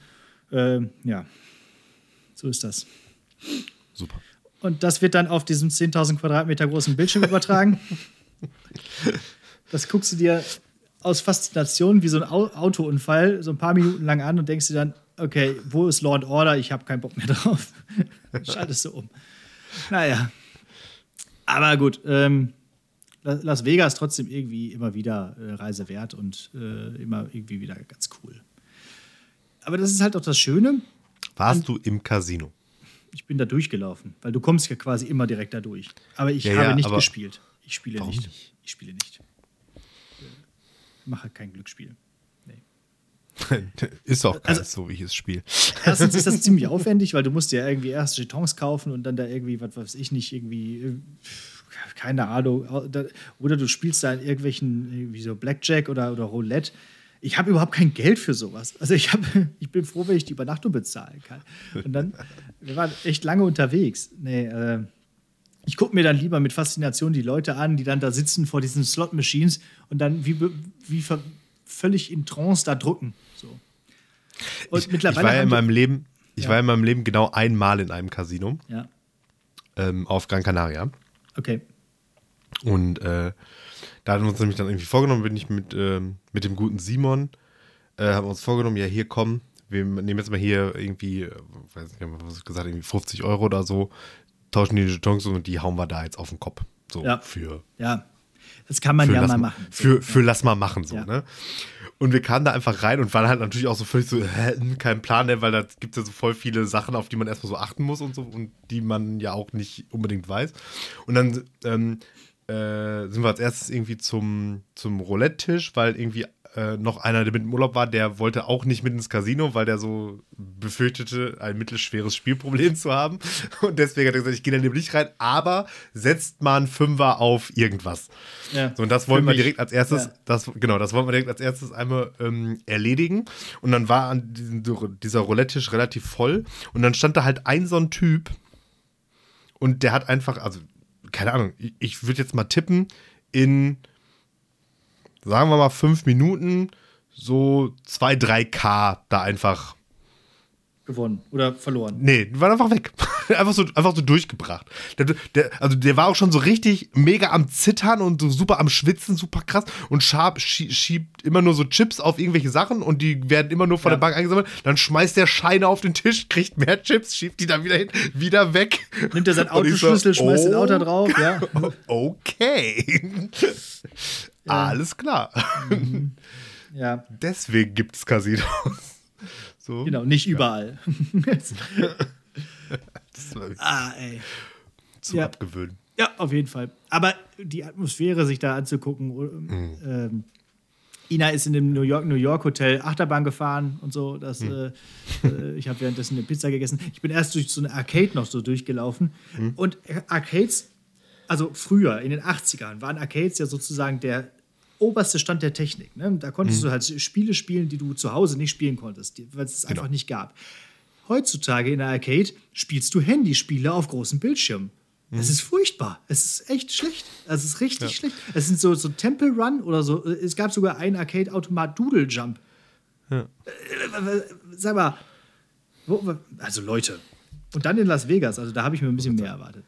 so ist das. Super. Und das wird dann auf diesem 10.000 Quadratmeter großen Bildschirm übertragen. Das guckst du dir aus Faszination wie so ein Autounfall so ein paar Minuten lang an und denkst dir dann, okay, wo ist Law and Order? Ich habe keinen Bock mehr drauf. Schaltest du um. Naja. Aber gut, Las Vegas trotzdem irgendwie immer wieder Reise wert und immer irgendwie wieder ganz cool. Aber das ist halt auch das Schöne. Warst du im Casino? Ich bin da durchgelaufen, weil du kommst ja quasi immer direkt da durch. Aber ich habe nicht gespielt. Ich spiele nicht. Ich spiele nicht. Ich mache kein Glücksspiel. Nee. Ist auch geil, so wie ich es spiele. Erstens ist das ziemlich aufwendig, weil du musst ja irgendwie erst Jetons kaufen und dann da irgendwie, was weiß ich nicht, irgendwie, keine Ahnung. Oder du spielst da in irgendwelchen, irgendwie so Blackjack oder Roulette. Ich habe überhaupt kein Geld für sowas. Also ich bin froh, wenn ich die Übernachtung bezahlen kann. Und dann, wir waren echt lange unterwegs. Ich gucke mir dann lieber mit Faszination die Leute an, die dann da sitzen vor diesen Slot-Machines und dann wie völlig in Trance da drücken. So. Und mittlerweile war ja in meinem Leben genau einmal in einem Casino. Ja. Auf Gran Canaria. Okay. Und da hatten wir uns nämlich dann irgendwie vorgenommen, bin ich mit dem guten Simon, haben wir uns vorgenommen, ja, hier komm, wir nehmen jetzt mal hier irgendwie, weiß nicht, was ich gesagt, irgendwie 50 Euro oder so, tauschen die Jetons und die hauen wir da jetzt auf den Kopf. So für. Ja, das kann man ja mal machen. Für lass mal machen, so, ja. Ne? Und wir kamen da einfach rein und waren halt natürlich auch so völlig so, kein Plan, ne? Weil da gibt es ja so voll viele Sachen, auf die man erstmal so achten muss und so und die man ja auch nicht unbedingt weiß. Und dann sind wir als erstes irgendwie zum Roulette-Tisch, weil irgendwie noch einer, der mit im Urlaub war, der wollte auch nicht mit ins Casino, weil der so befürchtete, ein mittelschweres Spielproblem zu haben. Und deswegen hat er gesagt, ich gehe da nämlich nicht rein, aber setzt mal einen Fünfer auf irgendwas. Ja, so, und das wollten wir direkt als erstes, das wollten wir direkt als erstes einmal erledigen. Und dann war dieser Roulette-Tisch relativ voll. Und dann stand da halt so ein Typ und der hat einfach, also keine Ahnung, ich würde jetzt mal tippen, in, sagen wir mal, 5 Minuten so 2-3K da einfach gewonnen oder verloren. Nee, die waren einfach weg. einfach so durchgebracht. Der war auch schon so richtig mega am Zittern und so super am Schwitzen, super krass und schiebt immer nur so Chips auf irgendwelche Sachen und die werden immer nur von der Bank eingesammelt. Dann schmeißt der Scheine auf den Tisch, kriegt mehr Chips, schiebt die dann wieder hin, wieder weg. Nimmt er seinen Autoschlüssel, schmeißt den Auto drauf, ja. Okay. Alles klar. Ja. Deswegen gibt es Casinos. So. Genau, nicht überall. Das war ey. Zum Abgewöhnen. Ja, auf jeden Fall. Aber die Atmosphäre, sich da anzugucken. Ina ist in dem New York Hotel Achterbahn gefahren und so. Ich habe währenddessen eine Pizza gegessen. Ich bin erst durch so eine Arcade noch so durchgelaufen. Und Arcades, also früher, in den 80ern, waren Arcades ja sozusagen der oberste Stand der Technik. Ne? Da konntest du halt Spiele spielen, die du zu Hause nicht spielen konntest, weil es einfach nicht gab. Heutzutage in der Arcade spielst du Handyspiele auf großen Bildschirmen. Es ist furchtbar. Es ist echt schlecht. Es ist richtig schlecht. Es sind so Temple Run oder so. Es gab sogar einen Arcade-Automat Doodle Jump. Ja. Sag mal, also Leute. Und dann in Las Vegas. Also da habe ich mir ein bisschen mehr erwartet.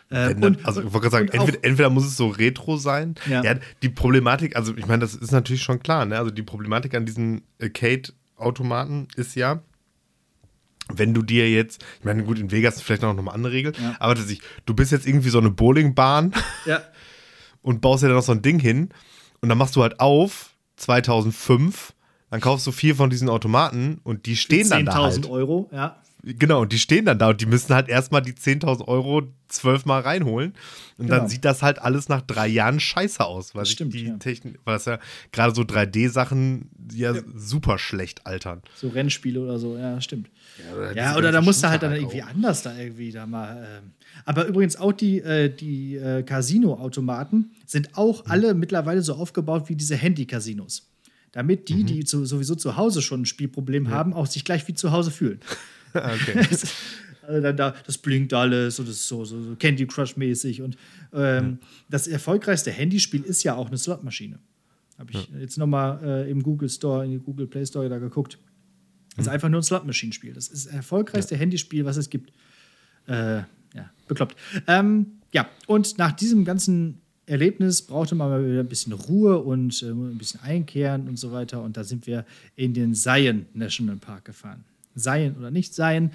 Ich wollte gerade sagen, entweder muss es so retro sein. Ja, die Problematik, also ich meine, das ist natürlich schon klar, ne? Also die Problematik an diesen Arcade-Automaten ist ja, wenn du dir jetzt, ich meine, gut, in Vegas ist vielleicht noch eine andere Regel, aber du bist jetzt irgendwie so eine Bowlingbahn und baust dir dann noch so ein Ding hin und dann machst du halt auf 2005, dann kaufst du 4 von diesen Automaten und die stehen dann da halt. 10.000 Euro, ja. Genau, und die stehen dann da und die müssen halt erstmal die 10.000 Euro 12 Mal reinholen. Und dann sieht das halt alles nach 3 Jahren scheiße aus, weil Technik, weil das ja gerade so 3D-Sachen super schlecht altern. So Rennspiele oder so, ja, stimmt. Ja, oder da musst du halt dann irgendwie anders da irgendwie da mal. Aber übrigens auch die Casino-Automaten sind auch alle mittlerweile so aufgebaut wie diese Handy-Casinos. Damit die sowieso zu Hause schon ein Spielproblem haben, auch sich gleich wie zu Hause fühlen. Okay. Also dann das blinkt alles und das ist so Candy Crush-mäßig. Und das erfolgreichste Handyspiel ist ja auch eine Slotmaschine. Habe ich jetzt nochmal im Google Store, in die Google Play Store da geguckt. Das ist einfach nur ein Slot-Maschinen-Spiel. Das ist das erfolgreichste Handyspiel, was es gibt. Bekloppt. Und nach diesem ganzen Erlebnis brauchte man mal wieder ein bisschen Ruhe und ein bisschen einkehren und so weiter. Und da sind wir in den Zion National Park gefahren. Zion oder nicht Zion,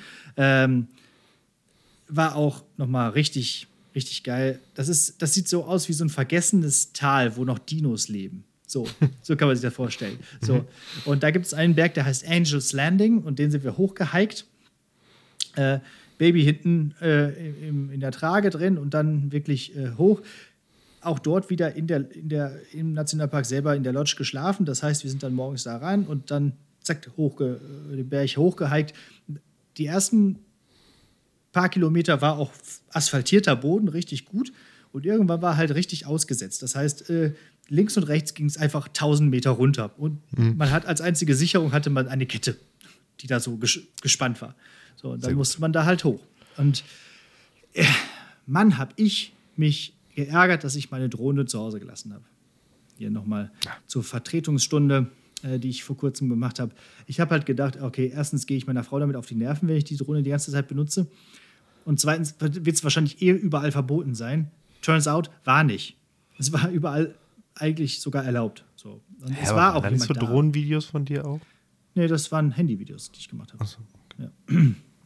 war auch nochmal richtig, richtig geil. Das sieht so aus wie so ein vergessenes Tal, wo noch Dinos leben. So kann man sich das vorstellen. So. Und da gibt es einen Berg, der heißt Angel's Landing und den sind wir hochgehiked. Baby hinten in der Trage drin und dann wirklich hoch. Auch dort wieder im Nationalpark selber in der Lodge geschlafen. Das heißt, wir sind dann morgens da rein und dann zack, den Berg hochgehiked. Die ersten paar Kilometer war auch asphaltierter Boden, richtig gut. Und irgendwann war halt richtig ausgesetzt. Das heißt, links und rechts ging es einfach 1000 Meter runter. Und man hat als einzige Sicherung hatte man eine Kette, die da so gespannt war. So, und dann musste man da halt hoch. Und Mann, habe ich mich geärgert, dass ich meine Drohne zu Hause gelassen habe. Hier nochmal zur Vertretungsstunde, die ich vor kurzem gemacht habe. Ich habe halt gedacht, okay, erstens gehe ich meiner Frau damit auf die Nerven, wenn ich die Drohne die ganze Zeit benutze. Und zweitens wird es wahrscheinlich überall verboten sein. Turns out, war nicht. Es war überall eigentlich sogar erlaubt. So. Und es war auch niemand so da. Drohnenvideos von dir auch? Nee, das waren Handyvideos, die ich gemacht habe. Ach so, okay. Ja.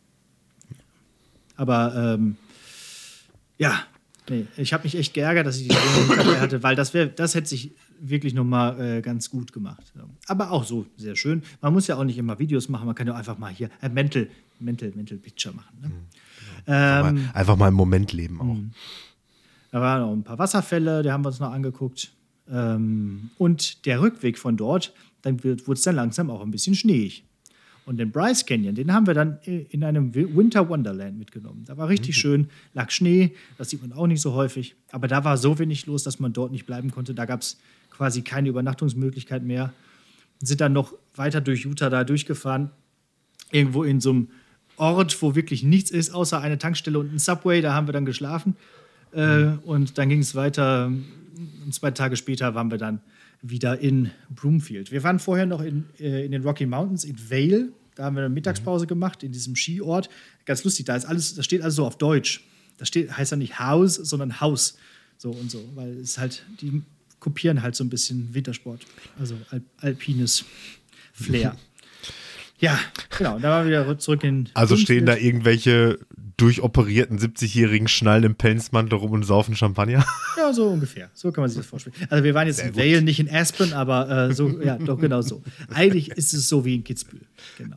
Aber ich habe mich echt geärgert, dass ich die Drohne nicht dabei hatte, weil das hätte sich wirklich nochmal ganz gut gemacht. Ja. Aber auch so sehr schön. Man muss ja auch nicht immer Videos machen, man kann ja einfach mal hier Mental Picture machen. Ne? Einfach mal im Moment leben auch. Da waren noch ein paar Wasserfälle, die haben wir uns noch angeguckt. Und der Rückweg von dort, dann wurde es dann langsam auch ein bisschen schneeig. Und den Bryce Canyon, den haben wir dann in einem Winter Wonderland mitgenommen. Da war richtig schön, lag Schnee, das sieht man auch nicht so häufig. Aber da war so wenig los, dass man dort nicht bleiben konnte. Da gab es quasi keine Übernachtungsmöglichkeit mehr. Sind dann noch weiter durch Utah da durchgefahren. Irgendwo in so einem Ort, wo wirklich nichts ist, außer eine Tankstelle und ein Subway. Da haben wir dann geschlafen. Und dann ging es weiter. Und 2 Tage später waren wir dann wieder in Broomfield. Wir waren vorher noch in den Rocky Mountains in Vail. Da haben wir eine Mittagspause gemacht in diesem Skiort. Ganz lustig, da steht alles so auf Deutsch. Da heißt ja nicht Haus, sondern Haus. So und so. Weil es halt, die kopieren halt so ein bisschen Wintersport. Also alpines Flair. Ja, genau. Da waren wir wieder zurück in. Also stehen da irgendwelche durchoperierten 70-jährigen Schnallen im Pelzmantel rum und saufen Champagner? Ja, so ungefähr. So kann man sich das vorstellen. Also wir waren jetzt in Vail, nicht in Aspen, aber so, ja, doch genau so. Eigentlich ist es so wie in Kitzbühel. Genau.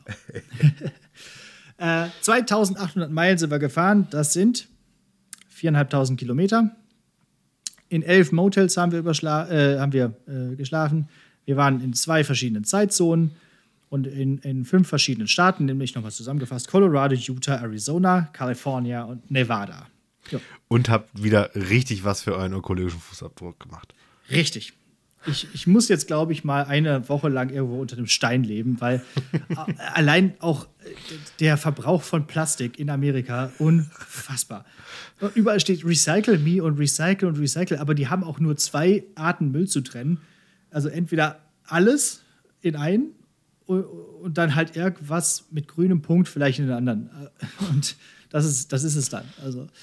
2800 Meilen sind wir gefahren. Das sind 4.500 Kilometer. In 11 Motels haben wir geschlafen. Wir waren in 2 verschiedenen Zeitzonen. Und in 5 verschiedenen Staaten, nämlich nochmal zusammengefasst: Colorado, Utah, Arizona, California und Nevada. Jo. Und habt wieder richtig was für euren ökologischen Fußabdruck gemacht. Richtig. Ich muss jetzt, glaube ich, mal eine Woche lang irgendwo unter einem Stein leben, weil allein auch der Verbrauch von Plastik in Amerika unfassbar. Überall steht Recycle Me und Recycle, aber die haben auch nur 2 Arten Müll zu trennen. Also entweder alles in einen und dann halt irgendwas mit grünem Punkt vielleicht in den anderen. Und das ist es dann. Also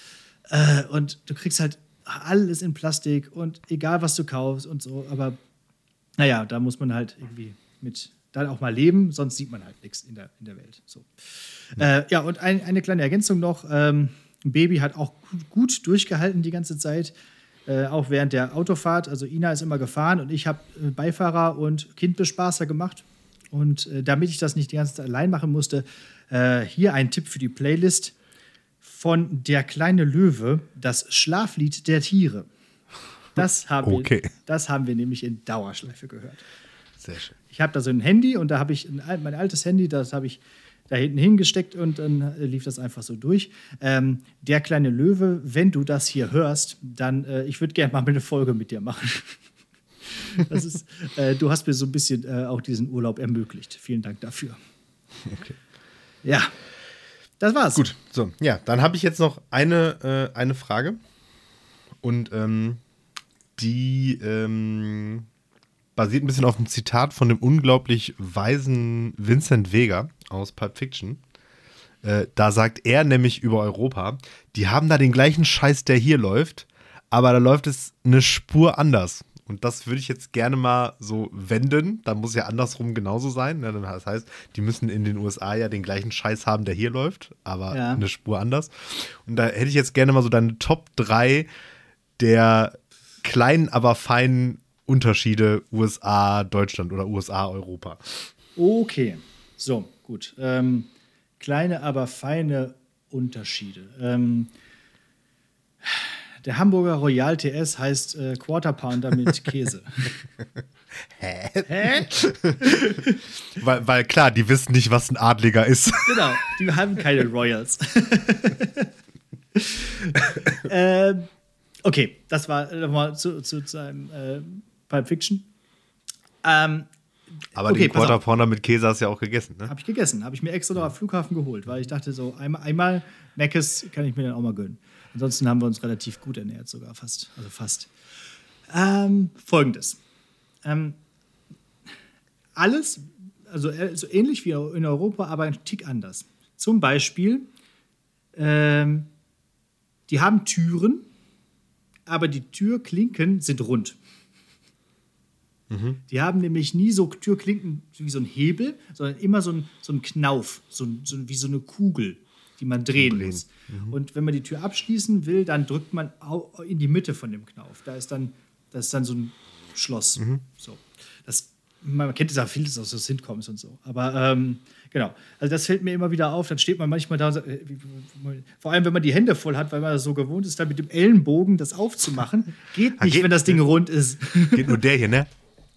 Und du kriegst halt alles in Plastik und egal, was du kaufst und so. Aber naja, da muss man halt irgendwie mit dann auch mal leben, sonst sieht man halt nichts in der Welt. So. Ja, und eine kleine Ergänzung noch. Ein Baby hat auch gut durchgehalten die ganze Zeit, auch während der Autofahrt. Also Ina ist immer gefahren und ich habe Beifahrer und Kindbespaßer gemacht. Und damit ich das nicht die ganze Zeit allein machen musste, hier ein Tipp für die Playlist von Der kleine Löwe, das Schlaflied der Tiere. Das haben wir nämlich in Dauerschleife gehört. Sehr schön. Ich habe da so ein Handy und da habe ich mein altes Handy, das habe ich da hinten hingesteckt und dann lief das einfach so durch. Der kleine Löwe, wenn du das hier hörst, dann ich würde gerne mal eine Folge mit dir machen. Das ist, du hast mir so ein bisschen auch diesen Urlaub ermöglicht. Vielen Dank dafür. Okay. Ja, das war's. Gut, so, ja, dann habe ich jetzt noch eine Frage und die basiert ein bisschen auf einem Zitat von dem unglaublich weisen Vincent Vega aus Pulp Fiction. Da sagt er nämlich über Europa, die haben da den gleichen Scheiß, der hier läuft, aber da läuft es eine Spur anders. Und das würde ich jetzt gerne mal so wenden. Da muss ja andersrum genauso sein. Das heißt, die müssen in den USA ja den gleichen Scheiß haben, der hier läuft, aber eine Spur anders. Und da hätte ich jetzt gerne mal so deine Top 3 der kleinen, aber feinen Unterschiede USA, Deutschland oder USA, Europa. Okay, so, gut. Kleine, aber feine Unterschiede. Der Hamburger Royal TS heißt Quarter Pounder mit Käse. Hä? weil klar, die wissen nicht, was ein Adliger ist. Genau, die haben keine Royals. Okay, das war nochmal zu einem Pulp Fiction. Aber den Quarter Pounder mit Käse hast du ja auch gegessen, ne? Habe ich gegessen. Habe ich mir extra noch am Flughafen geholt, weil ich dachte, so einmal Mc's kann ich mir dann auch mal gönnen. Ansonsten haben wir uns relativ gut ernährt, sogar fast. Also fast. Folgendes. Alles, also so ähnlich wie in Europa, aber ein Tick anders. Zum Beispiel, die haben Türen, aber die Türklinken sind rund. Die haben nämlich nie so Türklinken wie so ein Hebel, sondern immer so ein Knauf, wie so eine Kugel, die man drehen muss. Und wenn man die Tür abschließen will, dann drückt man in die Mitte von dem Knauf. Das ist dann so ein Schloss. So. Man kennt das ja vieles aus so Sitcoms und so. Aber genau, also das fällt mir immer wieder auf. Dann steht man manchmal da, vor allem wenn man die Hände voll hat, weil man das so gewohnt ist, dann mit dem Ellenbogen das aufzumachen. Geht nicht, wenn das Ding rund ist. Geht nur der hier, ne?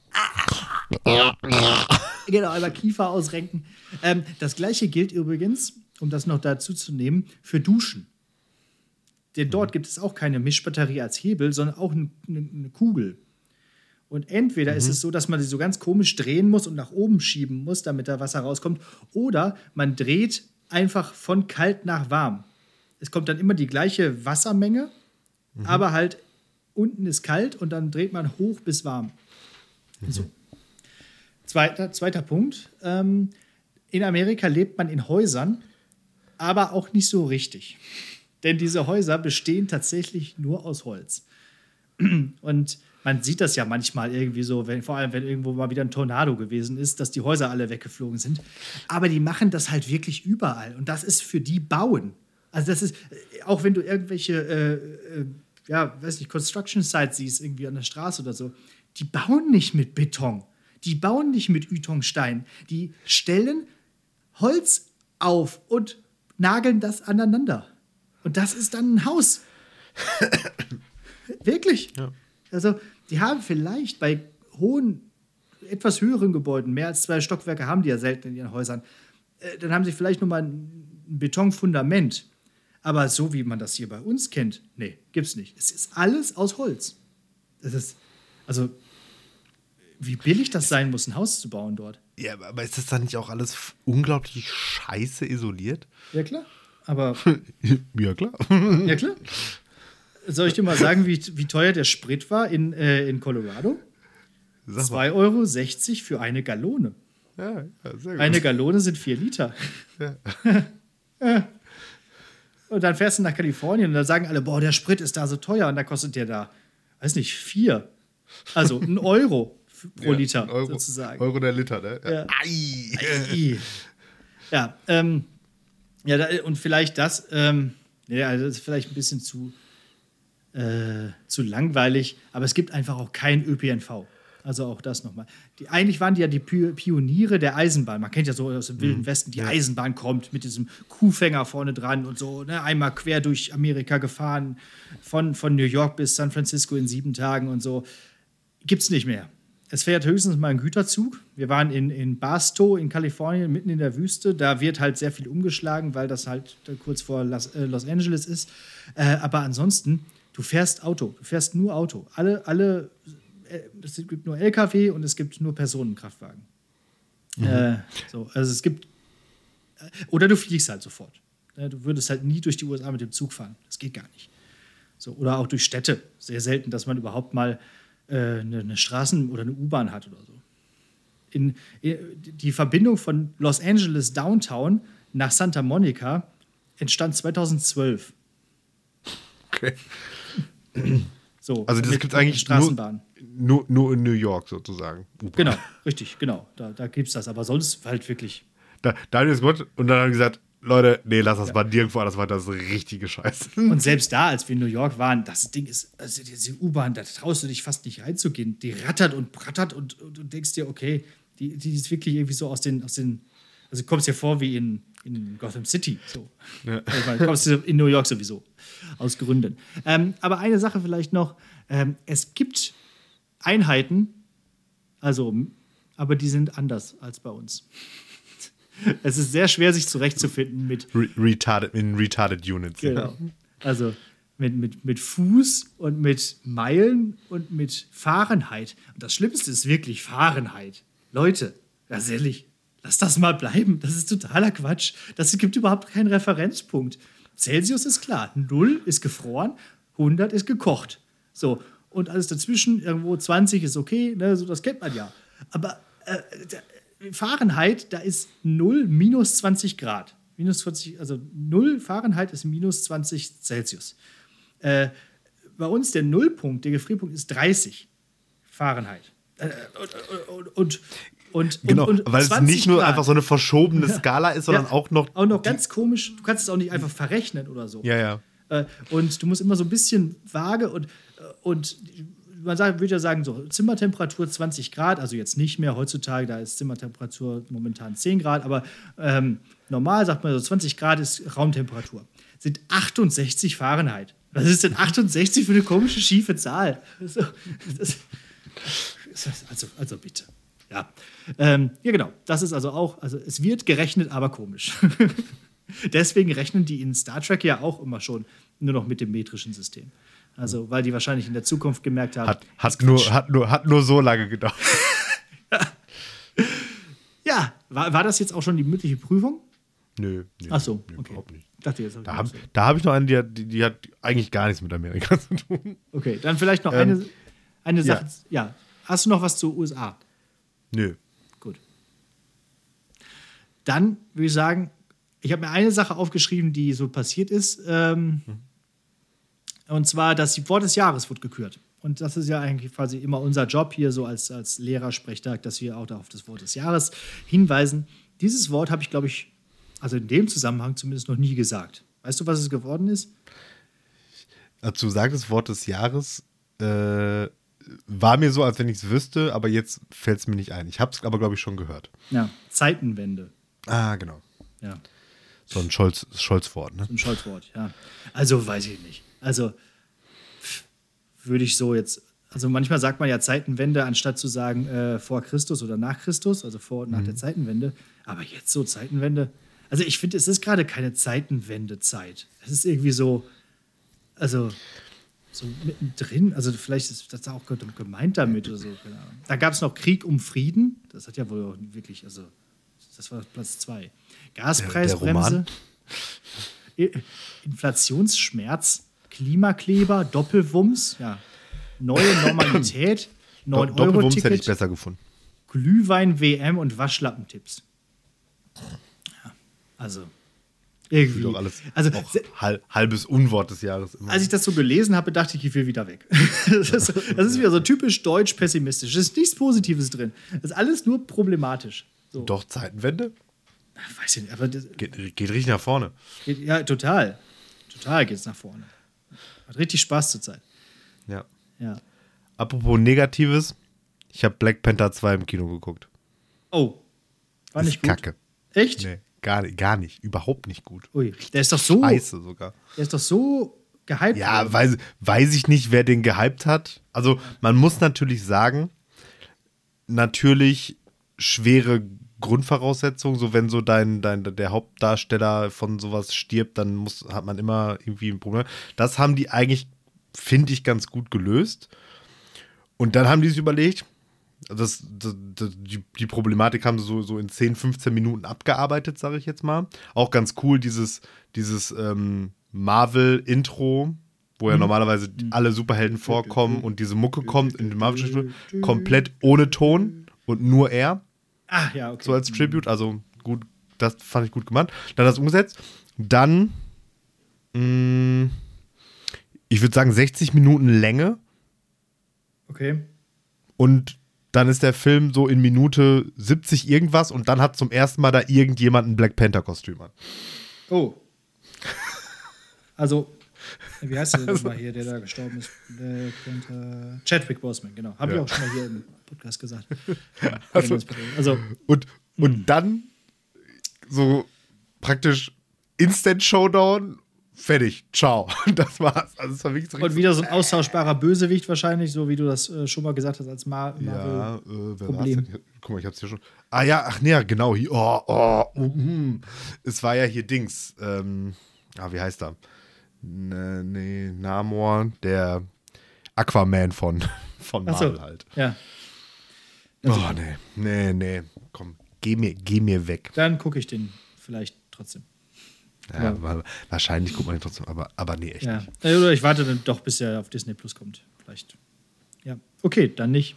Genau, einmal Kiefer ausrenken. Das gleiche gilt übrigens, um das noch dazu zu nehmen, für Duschen. Denn dort gibt es auch keine Mischbatterie als Hebel, sondern auch eine Kugel. Und entweder ist es so, dass man sie so ganz komisch drehen muss und nach oben schieben muss, damit da Wasser rauskommt, oder man dreht einfach von kalt nach warm. Es kommt dann immer die gleiche Wassermenge, aber halt unten ist kalt und dann dreht man hoch bis warm. So. Zweiter Punkt. In Amerika lebt man in Häusern, aber auch nicht so richtig. Denn diese Häuser bestehen tatsächlich nur aus Holz. Und man sieht das ja manchmal irgendwie so, vor allem wenn irgendwo mal wieder ein Tornado gewesen ist, dass die Häuser alle weggeflogen sind. Aber die machen das halt wirklich überall. Und das ist für die Bauen. Also das ist, auch wenn du irgendwelche, Construction Sites siehst, irgendwie an der Straße oder so, die bauen nicht mit Beton. Die bauen nicht mit Ytongstein. Die stellen Holz auf und nageln das aneinander. Und das ist dann ein Haus. Wirklich. Ja. Also, die haben vielleicht bei etwas höheren Gebäuden, mehr als 2 Stockwerke haben die ja selten in ihren Häusern, dann haben sie vielleicht noch mal ein Betonfundament. Aber so wie man das hier bei uns kennt, nee, gibt's nicht. Es ist alles aus Holz. Das ist, also, wie billig das sein muss, ein Haus zu bauen dort. Ja, aber ist das dann nicht auch alles unglaublich scheiße isoliert? Ja, klar. Aber. Ja, klar. Ja, klar. Soll ich dir mal sagen, wie teuer der Sprit war in Colorado? 2,60 € für eine Gallone. Ja, sehr gut. Eine Gallone sind 4 Liter. Ja. Und dann fährst du nach Kalifornien und dann sagen alle, boah, der Sprit ist da so teuer und da kostet der da, weiß nicht, 4. Also €1 pro Liter sozusagen. Euro der Liter, ne? Ja. Ei. Ja, und vielleicht das, also das ist vielleicht ein bisschen zu langweilig, aber es gibt einfach auch keinen ÖPNV. Also auch das nochmal. Eigentlich waren die ja die Pioniere der Eisenbahn. Man kennt ja so aus dem Wilden Westen, die Eisenbahn kommt mit diesem Kuhfänger vorne dran und so, ne, einmal quer durch Amerika gefahren, von New York bis San Francisco in 7 Tagen und so. Gibt's nicht mehr. Es fährt höchstens mal ein Güterzug. Wir waren in Barstow in Kalifornien, mitten in der Wüste. Da wird halt sehr viel umgeschlagen, weil das halt kurz vor Los Angeles ist. Aber ansonsten, du fährst Auto. Du fährst nur Auto. Es gibt nur LKW und es gibt nur Personenkraftwagen. Also es gibt. Oder du fliegst halt sofort. Du würdest halt nie durch die USA mit dem Zug fahren. Das geht gar nicht. So, oder auch durch Städte. Sehr selten, dass man überhaupt mal eine Straßen- oder eine U-Bahn hat oder so. Die Verbindung von Los Angeles Downtown nach Santa Monica entstand 2012. Okay. So, also das gibt es eigentlich Straßenbahn. Nur in New York sozusagen. Genau, richtig, genau. Da gibt es das. Aber sonst halt wirklich. Da ist gut. Und dann haben die gesagt, Leute, nee, lass das mal nirgendwo anders weiter. Das ist richtige Scheiße. Und selbst da, als wir in New York waren, das Ding ist, also diese U-Bahn, da traust du dich fast nicht reinzugehen. Die rattert und brattert und du denkst dir, okay, die ist wirklich irgendwie so aus den also du kommst dir vor wie in Gotham City. So. Ja. Also, kommst du in New York sowieso, aus Gründen. Aber eine Sache vielleicht noch, es gibt Einheiten, aber die sind anders als bei uns. Es ist sehr schwer, sich zurechtzufinden mit retarded Units. Genau. Also mit Fuß und mit Meilen und mit Fahrenheit. Und das Schlimmste ist wirklich Fahrenheit. Leute, ganz ehrlich, lass das mal bleiben. Das ist totaler Quatsch. Das gibt überhaupt keinen Referenzpunkt. Celsius ist klar. 0 ist gefroren, 100 ist gekocht. So. Und alles dazwischen, irgendwo 20 ist okay, ne? So, das kennt man ja. Aber Fahrenheit, da ist 0 minus 20 Grad. Minus 20, also 0 Fahrenheit ist minus 20 Celsius. Bei uns der Nullpunkt, der Gefrierpunkt ist 30 Fahrenheit. Genau, weil es nicht nur einfach so eine verschobene Skala ist, sondern auch noch ganz komisch, du kannst es auch nicht einfach verrechnen oder so. Ja. Und du musst immer so ein bisschen vage und man würde ja sagen, so Zimmertemperatur 20 Grad, also jetzt nicht mehr heutzutage, da ist Zimmertemperatur momentan 10 Grad, aber normal sagt man so 20 Grad ist Raumtemperatur. Sind 68 Fahrenheit. Was ist denn 68 für eine komische, schiefe Zahl? Also bitte. Ja. Ja, genau. Das ist also auch, also es wird gerechnet, aber komisch. Deswegen rechnen die in Star Trek ja auch immer schon nur noch mit dem metrischen System. Also, weil die wahrscheinlich in der Zukunft gemerkt haben. Hat nur so lange gedauert. Ja, war das jetzt auch schon die mündliche Prüfung? Nö. Ach so, nö, okay. Überhaupt nicht. Dachte jetzt da habe ich noch eine, die hat eigentlich gar nichts mit Amerika zu tun. Okay, dann vielleicht noch eine Sache. Ja. Hast du noch was zu USA? Nö. Gut. Dann würde ich sagen, ich habe mir eine Sache aufgeschrieben, die so passiert ist. Und zwar, das Wort des Jahres wird gekürt. Und das ist ja eigentlich quasi immer unser Job hier so als Lehrersprechtag, dass wir auch auf das Wort des Jahres hinweisen. Dieses Wort habe ich, glaube ich, also in dem Zusammenhang zumindest noch nie gesagt. Weißt du, was es geworden ist? Du sagst das Wort des Jahres, war mir so, als wenn ich es wüsste, aber jetzt fällt es mir nicht ein. Ich habe es aber, glaube ich, schon gehört. Ja, Zeitenwende. Ah, genau. Ja. So ein Scholz-Wort, ne? So ein Scholz-Wort, ja. Also, weiß ich nicht. Also, würde ich so jetzt, also manchmal sagt man ja Zeitenwende, anstatt zu sagen vor Christus oder nach Christus, also vor und nach der Zeitenwende. Aber jetzt so Zeitenwende. Also, ich finde, es ist gerade keine Zeitenwendezeit. Es ist irgendwie so, also so mittendrin, also vielleicht ist das auch gemeint damit oder so. Keine Ahnung. Da gab es noch Krieg um Frieden. Das hat ja wohl auch wirklich, also das war Platz 2. Gaspreisbremse, Inflationsschmerz, Klimakleber, Doppelwumms, ja, neue Normalität, 9-Euro-Ticket. Doppelwumms hätte ich besser gefunden. Glühwein-WM und Waschlappentipps. Ja, also Irgendwie. Doch alles Also, auch halbes Unwort des Jahres immer. als ich das so gelesen habe, dachte ich will wieder weg. Das ist wieder so typisch deutsch pessimistisch. Es ist nichts Positives drin. Das ist alles nur problematisch. So. Doch, Zeitenwende? Weiß ich nicht, aber Geht richtig nach vorne. ja, total. Total geht's nach vorne. Hat richtig Spaß zurzeit. Ja. Ja. Apropos Negatives, ich habe Black Panther 2 im Kino geguckt. Oh. War nicht Ist gut. Kacke. Echt? Nee, gar nicht. Überhaupt nicht gut. Ui. Der ist doch so. Scheiße sogar. Der ist doch so gehypt. Ja, worden. weiß ich nicht, wer den gehypt hat. Also, man muss natürlich sagen, natürlich schwere Grundvoraussetzungen, so wenn so der Hauptdarsteller von sowas stirbt, dann hat man immer irgendwie ein Problem. Das haben die eigentlich, finde ich, ganz gut gelöst. Und dann haben die sich überlegt, die Problematik haben sie so in 10, 15 Minuten abgearbeitet, sage ich jetzt mal. Auch ganz cool, dieses Marvel-Intro, wo ja normalerweise alle Superhelden vorkommen und diese Mucke kommt in den Marvel-Studio, komplett ohne Ton und nur er. Ah, ja, okay. So als Tribute, also gut, das fand ich gut gemacht. Dann das umgesetzt. Dann, ich würde sagen, 60 Minuten Länge. Okay. Und dann ist der Film so in Minute 70 irgendwas und dann hat zum ersten Mal da irgendjemand ein Black Panther-Kostüm an. Oh. Also, wie heißt der denn nochmal hier, der da gestorben ist? Black Panther. Chadwick Boseman, genau. Habe ich auch schon mal hier im Podcast gesagt. Also, und dann so praktisch Instant Showdown, fertig, ciao. Das war's. Also es war wirklich so und wieder so ein austauschbarer Bösewicht wahrscheinlich, so wie du das schon mal gesagt hast als Marvel. Ja, wer war's Problem. denn? Guck mal, ich hab's hier schon. Ah ja, ach nee, genau. Hier, Es war ja hier Dings. Wie heißt er? Nee, Namor, der Aquaman von Marvel halt. Ja. Oh, nee. Komm, geh mir weg. Dann gucke ich den vielleicht trotzdem. Ja, wahrscheinlich guckt man den trotzdem, aber nee, echt nicht. Oder ich warte dann doch, bis er auf Disney Plus kommt. Vielleicht. Ja. Okay, dann nicht.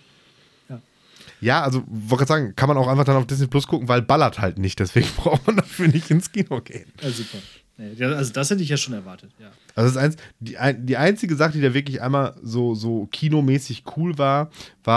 Ja, also wollte gerade sagen, kann man auch einfach dann auf Disney Plus gucken, weil ballert halt nicht. Deswegen braucht man dafür nicht ins Kino gehen. Ja, super. Nee, also das hätte ich ja schon erwartet, ja. Also die einzige Sache, die da wirklich einmal so kinomäßig cool war,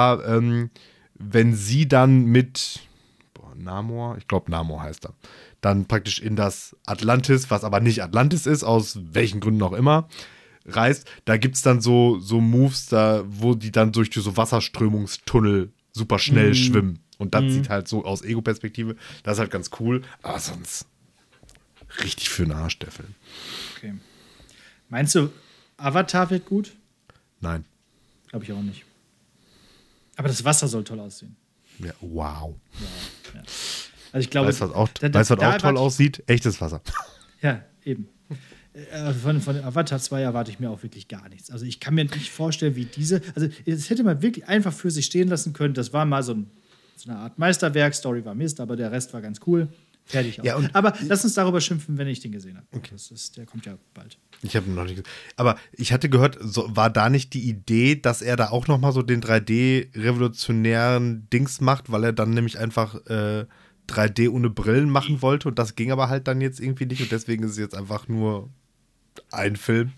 wenn sie dann mit Namor, ich glaube Namor heißt er, dann praktisch in das Atlantis, was aber nicht Atlantis ist, aus welchen Gründen auch immer, reist. Da gibt es dann so Moves, wo die dann durch so Wasserströmungstunnel super schnell schwimmen. Und das sieht halt so aus Ego-Perspektive, das ist halt ganz cool, aber sonst richtig für den Arsch, der Film. Okay. Meinst du, Avatar wird gut? Nein. Glaube ich auch nicht. Aber das Wasser soll toll aussehen. Ja, wow. Ja. Also ich glaube, weißt du, was auch toll aussieht? Echtes Wasser. Ja, eben. Von Avatar 2 erwarte ich mir auch wirklich gar nichts. Also ich kann mir nicht vorstellen, wie also das hätte man wirklich einfach für sich stehen lassen können. Das war mal so eine Art Meisterwerk, Story war Mist, aber der Rest war ganz cool. Fertig auch. Ja, aber lass uns darüber schimpfen, wenn ich den gesehen habe. Okay. Der kommt ja bald. Ich habe ihn noch nicht gesehen. Aber ich hatte gehört, war da nicht die Idee, dass er da auch noch mal so den 3D-revolutionären Dings macht, weil er dann nämlich einfach 3D ohne Brillen machen wollte und das ging aber halt dann jetzt irgendwie nicht und deswegen ist es jetzt einfach nur ein Film.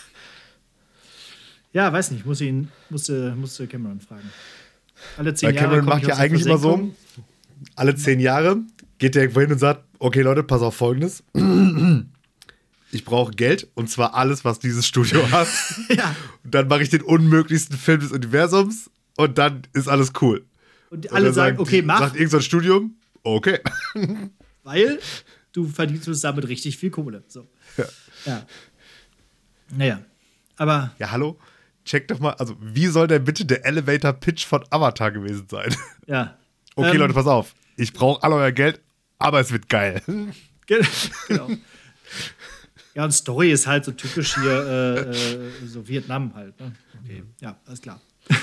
Ja, weiß nicht, musste Cameron fragen. Alle 10 Weil Jahre Cameron macht ja eigentlich immer so, alle 10 Jahre geht der irgendwo hin und sagt, okay Leute, pass auf Folgendes. Ich brauche Geld und zwar alles, was dieses Studio hat. Ja. Und dann mache ich den unmöglichsten Film des Universums und dann ist alles cool. Und alle sagen, okay, mach. Sagt irgend so ein Studium, okay. Weil du verdienst damit richtig viel Kohle. So. Ja. Naja. Aber. Ja, hallo? Check doch mal, also wie soll denn bitte der Elevator-Pitch von Avatar gewesen sein? Ja. Okay, Leute, pass auf. Ich brauche all euer Geld, aber es wird geil. Genau. Ja, und Story ist halt so typisch hier, so Vietnam halt. Ne? Okay, ja, alles klar.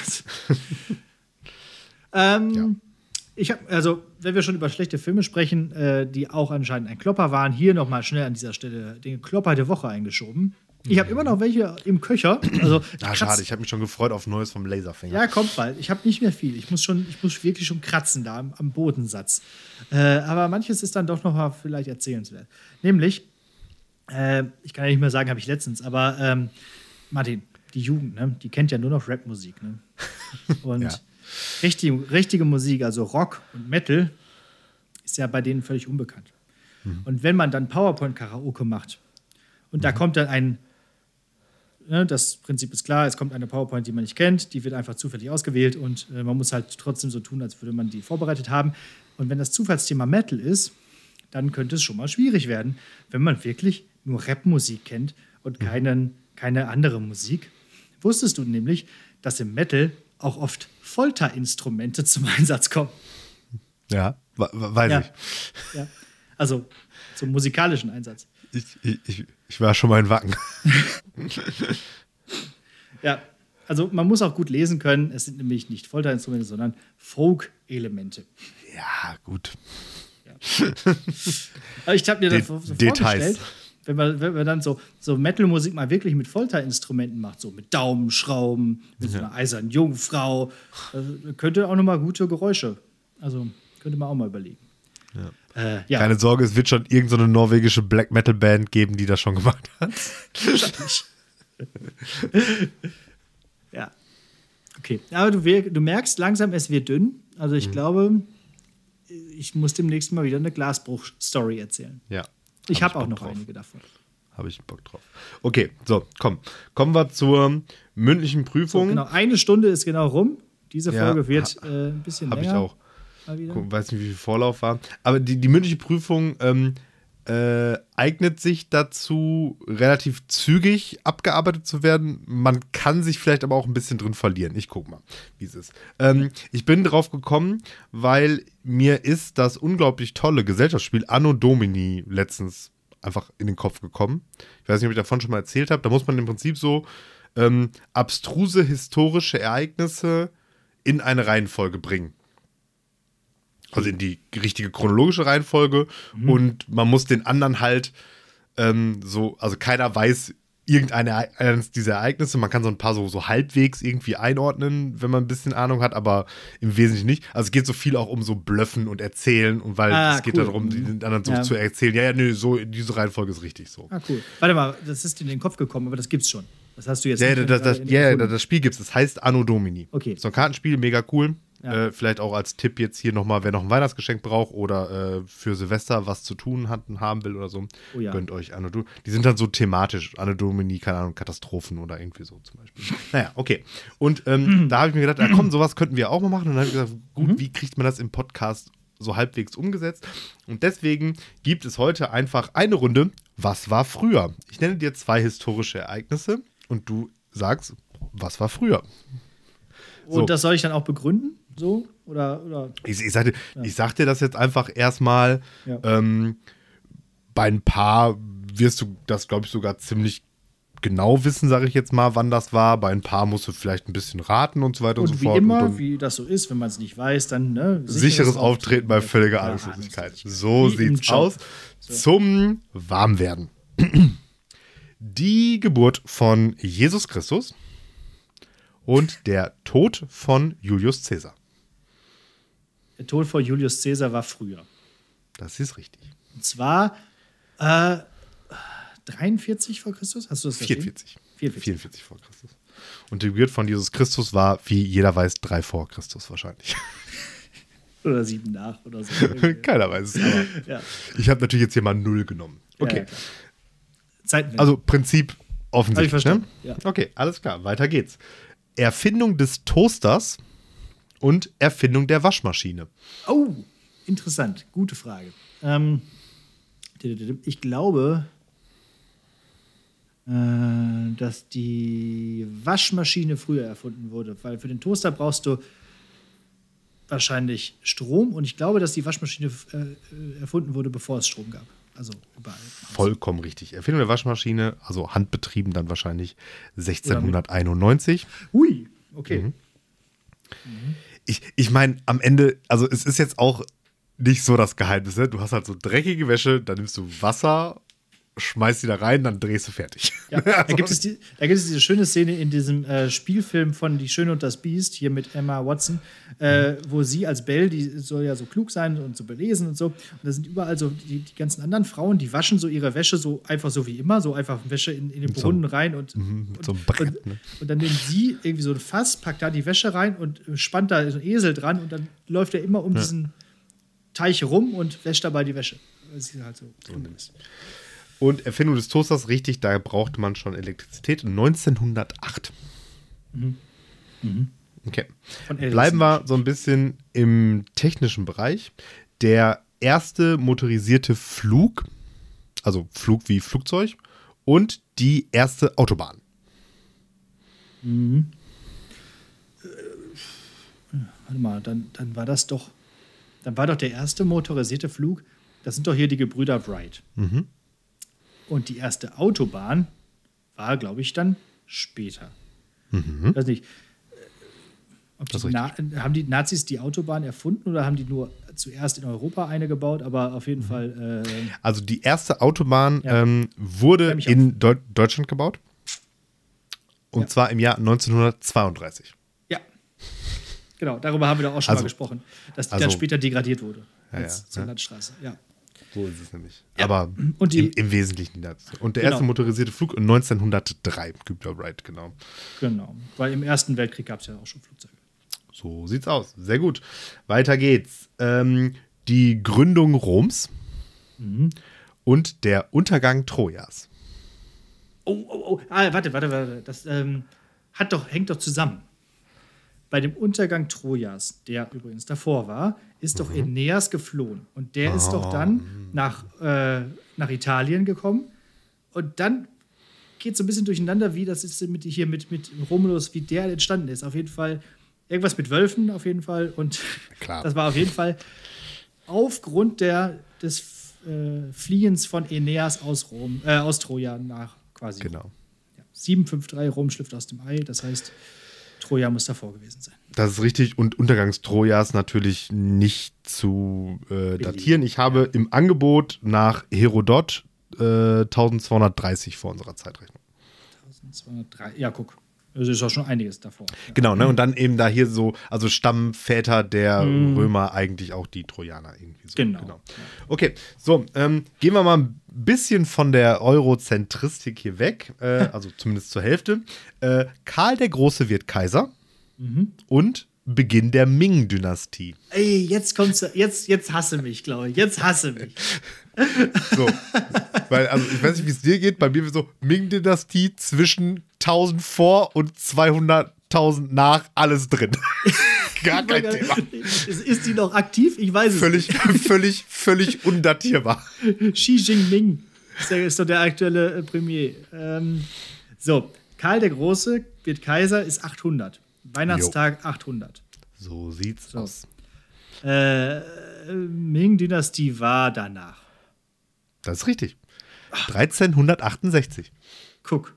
Ja. Ich habe, also, wenn wir schon über schlechte Filme sprechen, die auch anscheinend ein Klopper waren, hier nochmal schnell an dieser Stelle den Klopper der Woche eingeschoben. Ich habe immer noch welche im Köcher. Also, schade, ich habe mich schon gefreut auf Neues vom Laserfinger. Ja, kommt bald. Ich habe nicht mehr viel. Ich muss wirklich schon kratzen da am Bodensatz. Aber manches ist dann doch noch mal vielleicht erzählenswert. Nämlich Ich kann ja nicht mehr sagen, habe ich letztens, aber Martin, die Jugend, ne, die kennt ja nur noch Rap-Musik. Ne? Und Ja. richtige Musik, also Rock und Metal, ist ja bei denen völlig unbekannt. Und wenn man dann PowerPoint-Karaoke macht und da kommt dann das Prinzip ist klar, es kommt eine PowerPoint, die man nicht kennt, die wird einfach zufällig ausgewählt und man muss halt trotzdem so tun, als würde man die vorbereitet haben. Und wenn das Zufallsthema Metal ist, dann könnte es schon mal schwierig werden, wenn man wirklich nur Rap-Musik kennt und keine andere Musik. Wusstest du nämlich, dass im Metal auch oft Folterinstrumente zum Einsatz kommen? Ja, weiß ich. Ja. Also zum musikalischen Einsatz. Ich war schon mal in Wacken. Ja, also man muss auch gut lesen können. Es sind nämlich nicht Folterinstrumente, sondern Folk-Elemente. Ja, gut. Ja. Aber ich habe mir das so vorgestellt, wenn man dann so Metal-Musik mal wirklich mit Folterinstrumenten macht, so mit Daumenschrauben, mit so einer eisernen Jungfrau, könnte auch nochmal gute Geräusche. Also könnte man auch mal überlegen. Ja. Keine Sorge, es wird schon irgendeine norwegische Black Metal Band geben, die das schon gemacht hat. Wahrscheinlich. Ja. Okay. Aber du merkst langsam, es wird dünn. Also ich glaube, ich muss demnächst mal wieder eine Glasbruch-Story erzählen. Ja. Ich habe auch noch einige davon. Habe ich Bock drauf. Okay, so, kommen wir zur mündlichen Prüfung. So, genau, 1 Stunde ist genau rum. Diese Folge wird ein bisschen länger. Habe ich auch. Weiß nicht, wie viel Vorlauf war. Aber die mündliche Prüfung eignet sich dazu, relativ zügig abgearbeitet zu werden. Man kann sich vielleicht aber auch ein bisschen drin verlieren. Ich gucke mal, wie es ist. Ich bin drauf gekommen, weil mir ist das unglaublich tolle Gesellschaftsspiel Anno Domini letztens einfach in den Kopf gekommen. Ich weiß nicht, ob ich davon schon mal erzählt habe. Da muss man im Prinzip so abstruse historische Ereignisse in eine Reihenfolge bringen. Also in die richtige chronologische Reihenfolge. Und man muss den anderen halt also keiner weiß eines dieser Ereignisse. Man kann so ein paar so halbwegs irgendwie einordnen, wenn man ein bisschen Ahnung hat, aber im Wesentlichen nicht. Also es geht so viel auch um so Blöffen und Erzählen und weil es geht darum, den anderen so zu erzählen, nö, so in diese Reihenfolge ist richtig so. Ah, cool. Warte mal, das ist dir in den Kopf gekommen, aber das gibt's schon. Das hast du jetzt das Spiel gibt's. Das heißt Anno Domini. Okay. So ein Kartenspiel, mega cool. Ja. Vielleicht auch als Tipp jetzt hier nochmal, wer noch ein Weihnachtsgeschenk braucht oder für Silvester was zu tun haben will oder so, gönnt euch Anno Domini. Die sind dann so thematisch, Anno Domini, keine Ahnung, Katastrophen oder irgendwie so zum Beispiel. Naja, okay. Und da habe ich mir gedacht, komm, sowas könnten wir auch mal machen. Und dann habe ich gesagt, gut, wie kriegt man das im Podcast so halbwegs umgesetzt? Und deswegen gibt es heute einfach eine Runde, was war früher? Ich nenne dir 2 historische Ereignisse und du sagst, was war früher? Und das soll ich dann auch begründen? So? Oder? Ich sag dir das jetzt einfach erstmal. Ja. Bei ein paar wirst du das, glaube ich, sogar ziemlich genau wissen, sage ich jetzt mal, wann das war. Bei ein paar musst du vielleicht ein bisschen raten und so weiter und so fort. Und wie immer, wie das so ist, wenn man es nicht weiß, dann sicheres Auftreten bei völliger Ahnungslosigkeit. So sieht's aus. So. Zum Warmwerden. Die Geburt von Jesus Christus und der Tod von Julius Caesar. Der Tod von Julius Caesar war früher. Das ist richtig. Und zwar 43 vor Christus? Hast du das 44. 44 vor Christus. Und die Geburt von Jesus Christus war, wie jeder weiß, 3 vor Christus wahrscheinlich. Oder 7 nach oder so. Keiner weiß es, aber ich habe natürlich jetzt hier mal 0 genommen. Okay. Also Prinzip offensichtlich. Ne? Ja. Okay, alles klar, weiter geht's. Erfindung des Toasters und Erfindung der Waschmaschine. Oh, interessant. Gute Frage. Ich glaube, dass die Waschmaschine früher erfunden wurde, weil für den Toaster brauchst du wahrscheinlich Strom und ich glaube, dass die Waschmaschine erfunden wurde, bevor es Strom gab. Also überall. Vollkommen richtig. Erfindung der Waschmaschine, also handbetrieben dann wahrscheinlich 1691. Hui, okay. Ich meine, am Ende, also es ist jetzt auch nicht so das Geheimnis, ne? Du hast halt so dreckige Wäsche, dann nimmst du Wasser schmeißt die da rein, dann drehst du fertig. Ja, da gibt es diese schöne Szene in diesem Spielfilm von Die Schöne und das Biest, hier mit Emma Watson, wo sie als Belle, die soll ja so klug sein und so belesen und so. Und da sind überall so die ganzen anderen Frauen, die waschen so ihre Wäsche so einfach so wie immer, so einfach Wäsche in den Brunnen rein und so ein Brett, ne? Und dann nimmt sie irgendwie so ein Fass, packt da die Wäsche rein und spannt da so einen Esel dran und dann läuft er immer um diesen Teich rum und wäscht dabei die Wäsche. Weil sie halt so drin ist. Und Erfindung des Toasters, richtig, da brauchte man schon Elektrizität. 1908. Okay. Bleiben wir so ein bisschen im technischen Bereich. Der erste motorisierte Flug, also Flug wie Flugzeug, und die erste Autobahn. Warte mal, dann war das doch. Dann war doch der erste motorisierte Flug, das sind doch hier die Gebrüder Wright. Und die erste Autobahn war, glaube ich, dann später. Weiß nicht. Haben die Nazis die Autobahn erfunden oder haben die nur zuerst in Europa eine gebaut? Aber auf jeden Fall. Also die erste Autobahn wurde in Deutschland gebaut. Und zwar im Jahr 1932. Ja. Genau, darüber haben wir doch auch schon mal gesprochen. Dass die dann später degradiert wurde. Zur Landstraße. Ja. So ist es nämlich. Ja. Aber und im Wesentlichen das. Und der erste motorisierte Flug 1903, Gebrüder Wright, genau. Genau, weil im Ersten Weltkrieg gab es ja auch schon Flugzeuge. So sieht's aus. Sehr gut. Weiter geht's. Die Gründung Roms und der Untergang Trojas. Oh. Warte. Das hängt doch zusammen. Bei dem Untergang Trojas, der übrigens davor war, ist doch Aeneas geflohen. Und der ist doch dann nach Italien gekommen. Und dann geht es so ein bisschen durcheinander, wie das ist mit Romulus, wie der entstanden ist. Auf jeden Fall irgendwas mit Wölfen, auf jeden Fall. Und klar. Das war auf jeden Fall aufgrund des Fliehens von Aeneas aus Troja nach quasi. Genau. Ja, 753, Rom schlüpft aus dem Ei. Das heißt, Troja muss davor gewesen sein. Das ist richtig. Und Untergangs Trojas natürlich nicht zu datieren. Ich habe im Angebot nach Herodot 1230 vor unserer Zeitrechnung. 1203, ja, guck. Das ist auch schon einiges davor. Ja. Genau, ne? Und dann eben da hier so, also Stammväter der Römer eigentlich auch die Trojaner irgendwie so. Genau. Okay, so, gehen wir mal ein bisschen von der Eurozentristik hier weg, also zumindest zur Hälfte. Karl der Große wird Kaiser und Beginn der Ming-Dynastie. Ey, jetzt hasse mich, glaube ich. Jetzt hasse mich. So, weil, also ich weiß nicht, wie es dir geht, bei mir wird so Ming-Dynastie zwischen 1000 vor und 200.000 nach, alles drin. Gar kein Thema. Ist die noch aktiv? Ich weiß es nicht. Völlig undatierbar. Xi Jinping ist doch der aktuelle Premier. So, Karl der Große wird Kaiser, ist 800. Weihnachtstag 800. So sieht's aus. Ming-Dynastie war danach. Das ist richtig. 1368. Guck.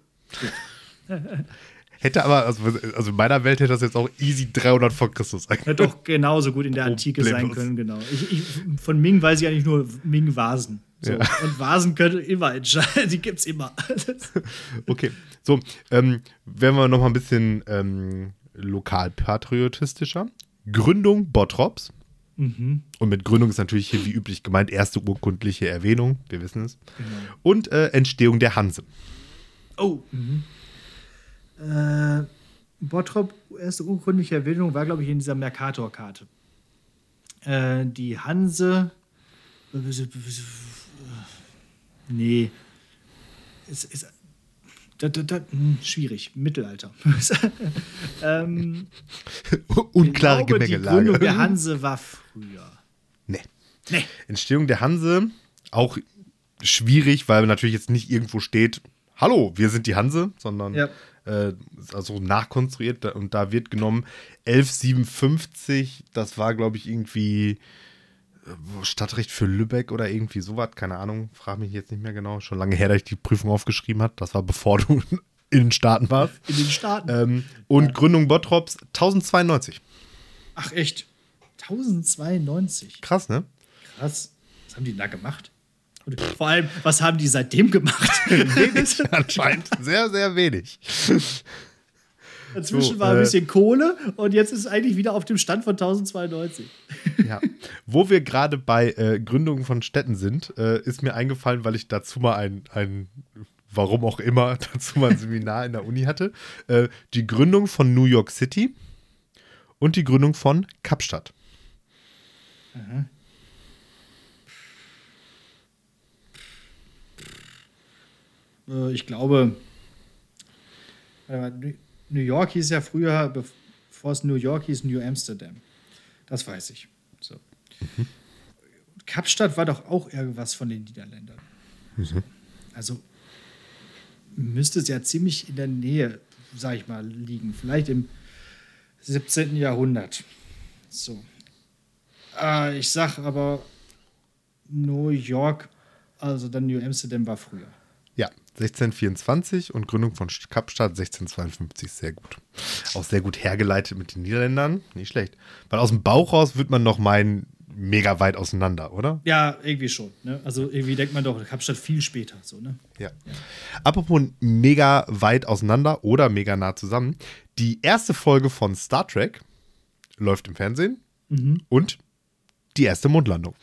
Hätte aber, also in meiner Welt hätte das jetzt auch easy 300 vor Christus sein können. Hätte doch genauso gut in der Antike sein können, genau. Von Ming weiß ich eigentlich nur Ming-Vasen. So. Ja. Und Vasen können immer entscheiden, die gibt's immer. Okay, so, werden wir noch mal ein bisschen lokalpatriotistischer. Gründung Bottrops. Und mit Gründung ist natürlich hier wie üblich gemeint erste urkundliche Erwähnung, wir wissen es. Genau. Und Entstehung der Hanse. Oh. Bottrop, erste urkundliche Erwähnung, war, glaube ich, in dieser Mercator-Karte. Die Hanse. Nee. Es ist. Schwierig. Mittelalter. Unklare Gemengelage. Die Gründung der Hanse war früher. Nee. Entstehung der Hanse auch schwierig, weil natürlich jetzt nicht irgendwo steht, hallo, wir sind die Hanse, sondern also nachkonstruiert und da wird genommen 1157, das war, glaube ich, irgendwie Stadtrecht für Lübeck oder irgendwie sowas, keine Ahnung, frage mich jetzt nicht mehr genau, schon lange her, dass ich die Prüfung aufgeschrieben habe, das war bevor du in den Staaten warst. In den Staaten. Und Gründung Bottrops 1092. Ach echt? 1092? Krass, ne? Krass. Was haben die da gemacht? Und vor allem, was haben die seitdem gemacht? Wenig anscheinend. Sehr, sehr wenig. Dazwischen war ein bisschen Kohle und jetzt ist es eigentlich wieder auf dem Stand von 1092. Ja. Wo wir gerade bei Gründungen von Städten sind, ist mir eingefallen, weil ich dazu mal ein warum auch immer, dazu mal ein Seminar in der Uni hatte, die Gründung von New York City und die Gründung von Kapstadt. Aha. Ich glaube, New York hieß ja früher, bevor es New York hieß, New Amsterdam. Das weiß ich. So. Kapstadt war doch auch irgendwas von den Niederländern. Also müsste es ja ziemlich in der Nähe, sag ich mal, liegen. Vielleicht im 17. Jahrhundert. So. Ich sag aber New York, also dann New Amsterdam war früher. Ja, 1624 und Gründung von Kapstadt 1652, sehr gut. Auch sehr gut hergeleitet mit den Niederländern, nicht schlecht. Weil aus dem Bauch raus wird man noch meinen, mega weit auseinander, oder? Ja, irgendwie schon. Ne? Also irgendwie denkt man doch, Kapstadt viel später. So, ne? Ja. Apropos mega weit auseinander oder mega nah zusammen. Die erste Folge von Star Trek läuft im Fernsehen und die erste Mondlandung.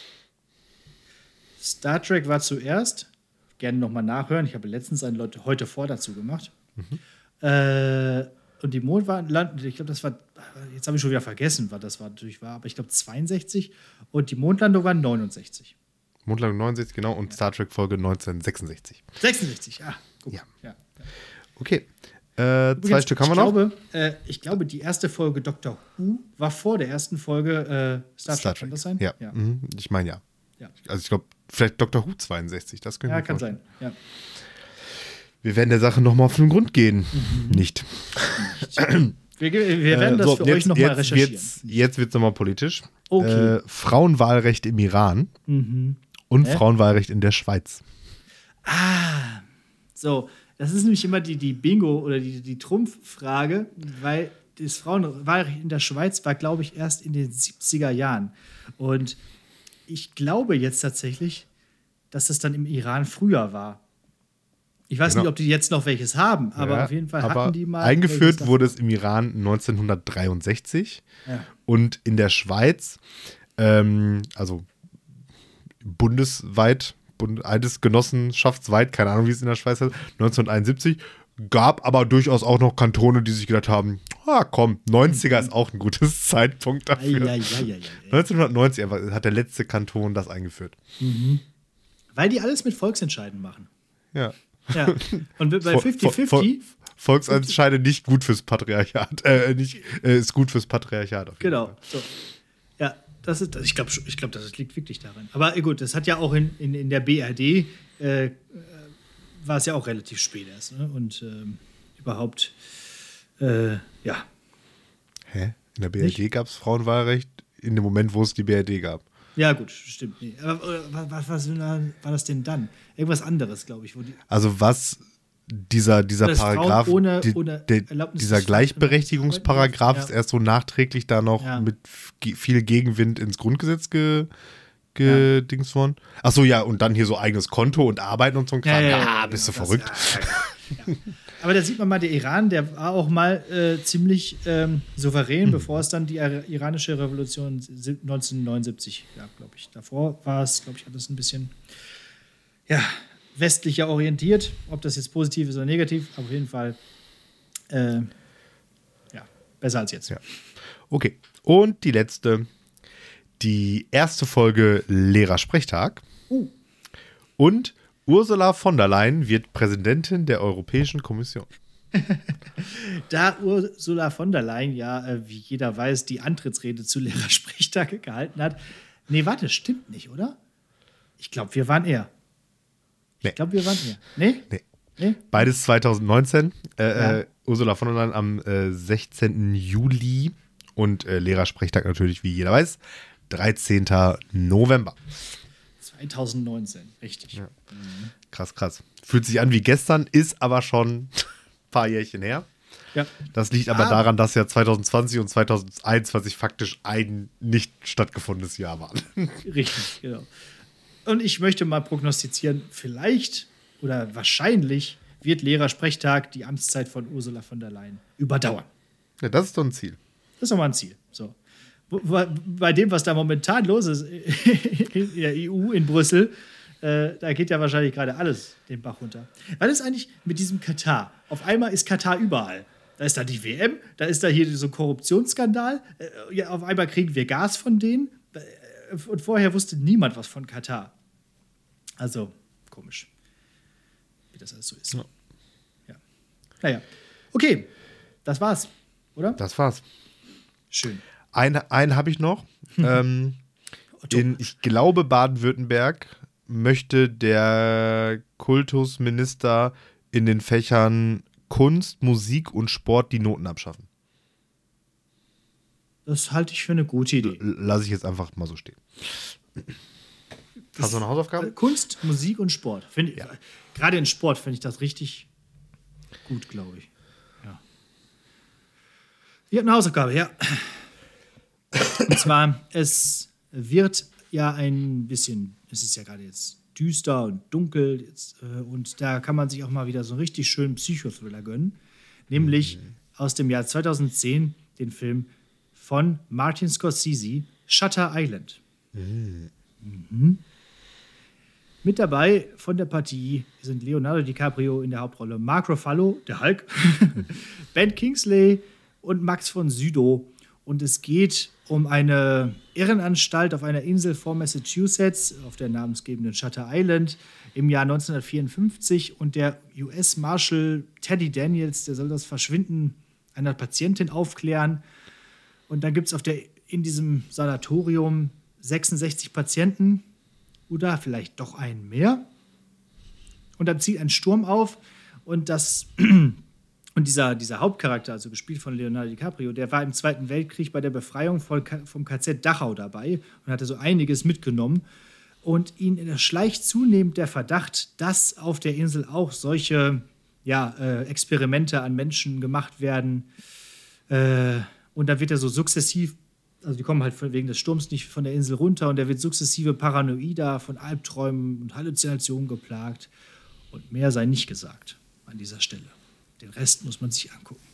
Star Trek war zuerst. Gerne nochmal nachhören. Ich habe letztens ein Leute heute vor dazu gemacht. Und die Mondlandung, ich glaube, das war, jetzt habe ich schon wieder vergessen, was das war, natürlich war, aber ich glaube 62 und die Mondlandung war 69. Mondlandung 69, genau, und Star Trek Folge 1966. 66, guck. Ja. Ja. Okay. Übrigens, 2 Stück haben wir noch. Ich glaube, die erste Folge Doctor Who war vor der ersten Folge Star Trek. Kann das sein? Ja. Ich meine ja. Ja. Also ich glaube, vielleicht Dr. Who 62, das könnte ich mir vorstellen. Sein. Ja. Wir werden der Sache nochmal auf den Grund gehen. Nicht. Wir werden das für euch nochmal recherchieren. Jetzt wird es nochmal politisch. Okay. Frauenwahlrecht im Iran und Frauenwahlrecht in der Schweiz. So, das ist nämlich immer die Bingo- oder die Trumpffrage, weil das Frauenwahlrecht in der Schweiz war, glaube ich, erst in den 70er Jahren. Und ich glaube jetzt tatsächlich, dass das dann im Iran früher war. Ich weiß nicht, ob die jetzt noch welches haben, aber auf jeden Fall hatten die mal. Eingeführt wurde es im Iran 1963 und in der Schweiz, also bundesweit, eidesgenossenschaftsweit, keine Ahnung, wie es in der Schweiz heißt, 1971, gab aber durchaus auch noch Kantone, die sich gedacht haben, komm, 90er ist auch ein gutes Zeitpunkt dafür. 1990 hat der letzte Kanton das eingeführt. Weil die alles mit Volksentscheiden machen. Ja. Und bei 50-50 Volksentscheide nicht gut fürs Patriarchat. Ist gut fürs Patriarchat. Auf jeden Fall. So. Ja, ich glaube, das liegt wirklich daran. Aber gut, das hat ja auch in der BRD war es ja auch relativ spät erst. Ne? Und überhaupt, ja. Hä? In der BRD gab es Frauenwahlrecht in dem Moment, wo es die BRD gab. Ja, gut, stimmt. Nee. Aber was war das denn dann? Irgendwas anderes, glaube ich. Also was dieser Paragraph, dieser Gleichberechtigungsparagraph ist erst so nachträglich da noch mit viel Gegenwind ins Grundgesetz gedings worden. Achso, ja, und dann hier so eigenes Konto und Arbeiten und so ein Kram. Bist du verrückt? Ja. Aber da sieht man mal, der Iran, der war auch mal ziemlich souverän, bevor es dann die iranische Revolution 1979 gab, glaube ich. Davor war es, glaube ich, alles ein bisschen westlicher orientiert. Ob das jetzt positiv ist oder negativ, aber auf jeden Fall besser als jetzt. Ja. Okay, und die erste Folge Lehrersprechtag. Und Ursula von der Leyen wird Präsidentin der Europäischen Kommission. Da Ursula von der Leyen wie jeder weiß, die Antrittsrede zu Lehrersprechtag gehalten hat. Nee, warte, stimmt nicht, oder? Ich glaube, wir waren eher. Nee? Beides 2019. Ursula von der Leyen am 16. Juli und Lehrersprechtag natürlich, wie jeder weiß, 13. November. 2019, richtig. Ja. Krass. Fühlt sich an wie gestern, ist aber schon ein paar Jährchen her. Ja. Das liegt aber daran, dass ja 2020 und 2021 faktisch ein nicht stattgefundenes Jahr waren. Richtig, genau. Und ich möchte mal prognostizieren, vielleicht oder wahrscheinlich wird Lehrersprechtag die Amtszeit von Ursula von der Leyen überdauern. Ja, das ist doch ein Ziel. Das ist doch mal ein Ziel. So. Bei dem, was da momentan los ist in der EU, in Brüssel, da geht ja wahrscheinlich gerade alles den Bach runter. Was ist eigentlich mit diesem Katar? Auf einmal ist Katar überall. Da ist da die WM, da ist da hier so ein Korruptionsskandal. Ja, auf einmal kriegen wir Gas von denen. Und vorher wusste niemand was von Katar. Also, komisch. Wie das alles so ist. Ja. Naja. Okay, das war's, oder? Das war's. Schön. Einen habe ich noch. Ich glaube, Baden-Württemberg möchte der Kultusminister in den Fächern Kunst, Musik und Sport die Noten abschaffen. Das halte ich für eine gute Idee. Lasse ich jetzt einfach mal so stehen. Hast du eine Hausaufgabe? Kunst, Musik und Sport. Ja. Gerade in Sport finde ich das richtig gut, glaube ich. Ja. Ich habe eine Hausaufgabe, ja. Und zwar, es wird ja ein bisschen, es ist ja gerade jetzt düster und dunkel jetzt, und da kann man sich auch mal wieder so einen richtig schönen Psychothriller gönnen. Nämlich aus dem Jahr 2010 den Film von Martin Scorsese, Shutter Island. Mit dabei von der Partie sind Leonardo DiCaprio in der Hauptrolle, Mark Ruffalo, der Hulk, Ben Kingsley und Max von Sydow. Und es geht um eine Irrenanstalt auf einer Insel vor Massachusetts, auf der namensgebenden Shutter Island, im Jahr 1954. Und der US-Marshal Teddy Daniels, der soll das Verschwinden einer Patientin aufklären. Und dann gibt es in diesem Sanatorium 66 Patienten oder vielleicht doch einen mehr. Und dann zieht ein Sturm auf und dieser Hauptcharakter, also gespielt von Leonardo DiCaprio, der war im Zweiten Weltkrieg bei der Befreiung vom KZ Dachau dabei und hatte so einiges mitgenommen. Und ihn erschleicht zunehmend der Verdacht, dass auf der Insel auch solche Experimente an Menschen gemacht werden. Und da wird er so sukzessiv, also die kommen halt wegen des Sturms nicht von der Insel runter, und der wird sukzessive paranoider, von Albträumen und Halluzinationen geplagt. Und mehr sei nicht gesagt an dieser Stelle. Den Rest muss man sich angucken.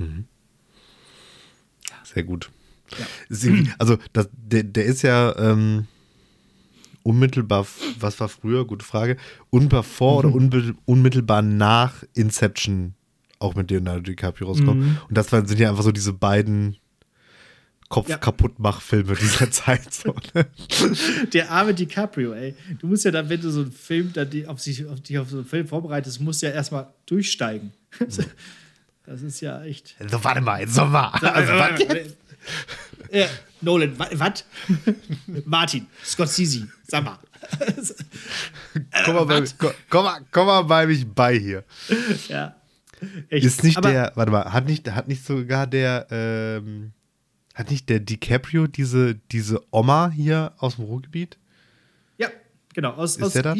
Sehr gut. Ja. Also der ist ja unmittelbar, was war früher, gute Frage, unmittelbar vor oder unmittelbar nach Inception auch mit Leonardo DiCaprio rauskommen. Und das sind ja einfach so diese beiden Kopf-Kaputt-Mach-Filme dieser Zeit. So, ne? Der arme DiCaprio, ey. Du musst ja dann, wenn du so einen Film, auf so einen Film vorbereitest, musst du ja erstmal durchsteigen. Das ist ja echt. So, warte mal, jetzt nochmal. Also, Nolan, was? Martin, Scorsese, sag mal. Komm mal bei mich bei hier. Ja. Echt. Ist nicht hat nicht sogar der DiCaprio diese Oma hier aus dem Ruhrgebiet? Ja, genau. Aus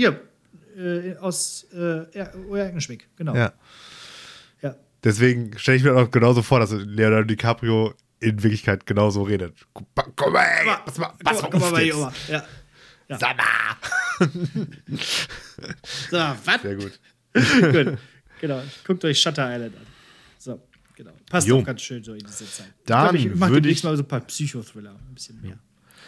Erkenschwick, genau. Ja. Deswegen stelle ich mir auch genauso vor, dass Leonardo DiCaprio in Wirklichkeit genauso redet. Komm mal, ey, pass mal bei die Oma. Ja. Sag mal. So, was? Sehr gut. Gut. Genau. Guckt euch Shutter Island an. So, genau. Passt auch ganz schön so in diese Zeit. Dann ich mache demnächst mal so ein paar Psychothriller. Ein bisschen mehr.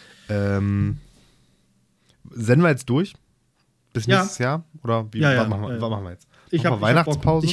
Senden wir jetzt durch? Bis nächstes Jahr? Oder was machen wir jetzt? Ich habe Weihnachtspause?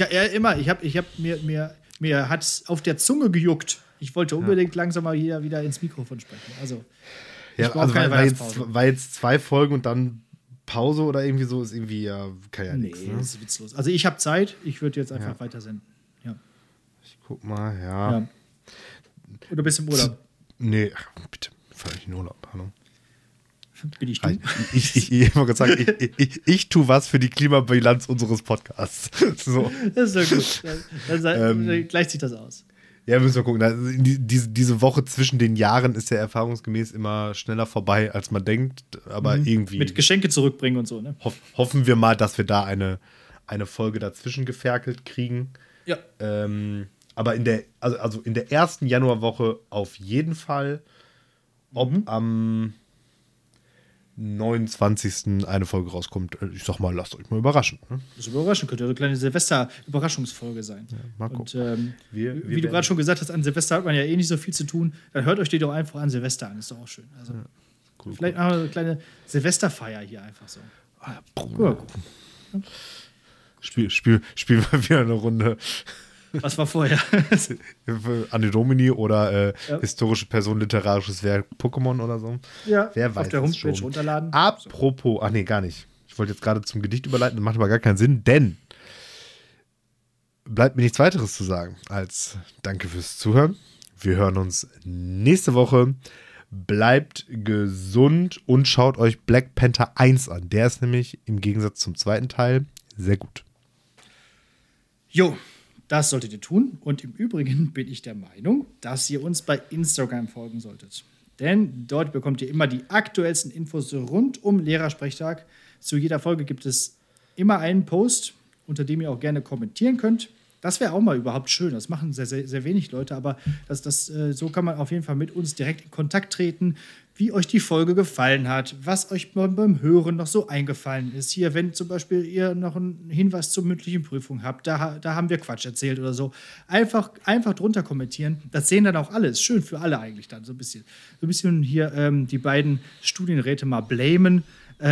Mir hat es auf der Zunge gejuckt. Ich wollte unbedingt langsam mal hier wieder ins Mikrofon sprechen. Also, war jetzt 2 Folgen und dann Pause oder irgendwie so, ist irgendwie kann ja nichts. Nee, ist witzlos. Also ich habe Zeit, ich würde jetzt einfach weitersenden. Ja. Ich guck mal, ja. Oder bist du im Urlaub? Nee, bitte, fahr ich in Urlaub, hallo. Bin ich du? Ich wollte sagen, ich tue was für die Klimabilanz unseres Podcasts. So. Das ist doch gut. Dann gleicht sich das aus. Ja, müssen wir gucken. Diese Woche zwischen den Jahren ist ja erfahrungsgemäß immer schneller vorbei, als man denkt. Aber irgendwie. Mit Geschenke zurückbringen und so, ne? Hoffen wir mal, dass wir da eine Folge dazwischen geferkelt kriegen. Ja. Aber in der ersten Januarwoche auf jeden Fall. Ob am 29. eine Folge rauskommt. Ich sag mal, lasst euch mal überraschen. Ne? Das überraschen könnte eine kleine Silvester-Überraschungsfolge sein. Ja, mal gucken. Und wie du gerade schon gesagt hast, an Silvester hat man ja eh nicht so viel zu tun. Dann hört euch die doch einfach an Silvester an. Ist doch auch schön. Also, Cool, vielleicht cool. auch eine kleine Silvesterfeier hier einfach so. Ja. Spielen wir wieder eine Runde Was war vorher? Anno Domini oder historische Person, literarisches Werk, Pokémon oder so. Ja, Wer weiß auf der es Homepage schon. runterladen. Apropos, ach nee, gar nicht. Ich wollte jetzt gerade zum Gedicht überleiten, das macht aber gar keinen Sinn, denn bleibt mir nichts weiteres zu sagen als danke fürs Zuhören. Wir hören uns nächste Woche. Bleibt gesund und schaut euch Black Panther 1 an. Der ist nämlich im Gegensatz zum zweiten Teil sehr gut. Jo, das solltet ihr tun. Und im Übrigen bin ich der Meinung, dass ihr uns bei Instagram folgen solltet. Denn dort bekommt ihr immer die aktuellsten Infos rund um Lehrersprechtag. Zu jeder Folge gibt es immer einen Post, unter dem ihr auch gerne kommentieren könnt. Das wäre auch mal überhaupt schön. Das machen sehr, sehr, sehr wenig Leute, aber so kann man auf jeden Fall mit uns direkt in Kontakt treten, wie euch die Folge gefallen hat, was euch beim Hören noch so eingefallen ist. Hier, wenn zum Beispiel ihr noch einen Hinweis zur mündlichen Prüfung habt, da haben wir Quatsch erzählt oder so. Einfach drunter kommentieren. Das sehen dann auch alle. Ist schön für alle eigentlich dann. So ein bisschen hier die beiden Studienräte mal blamen.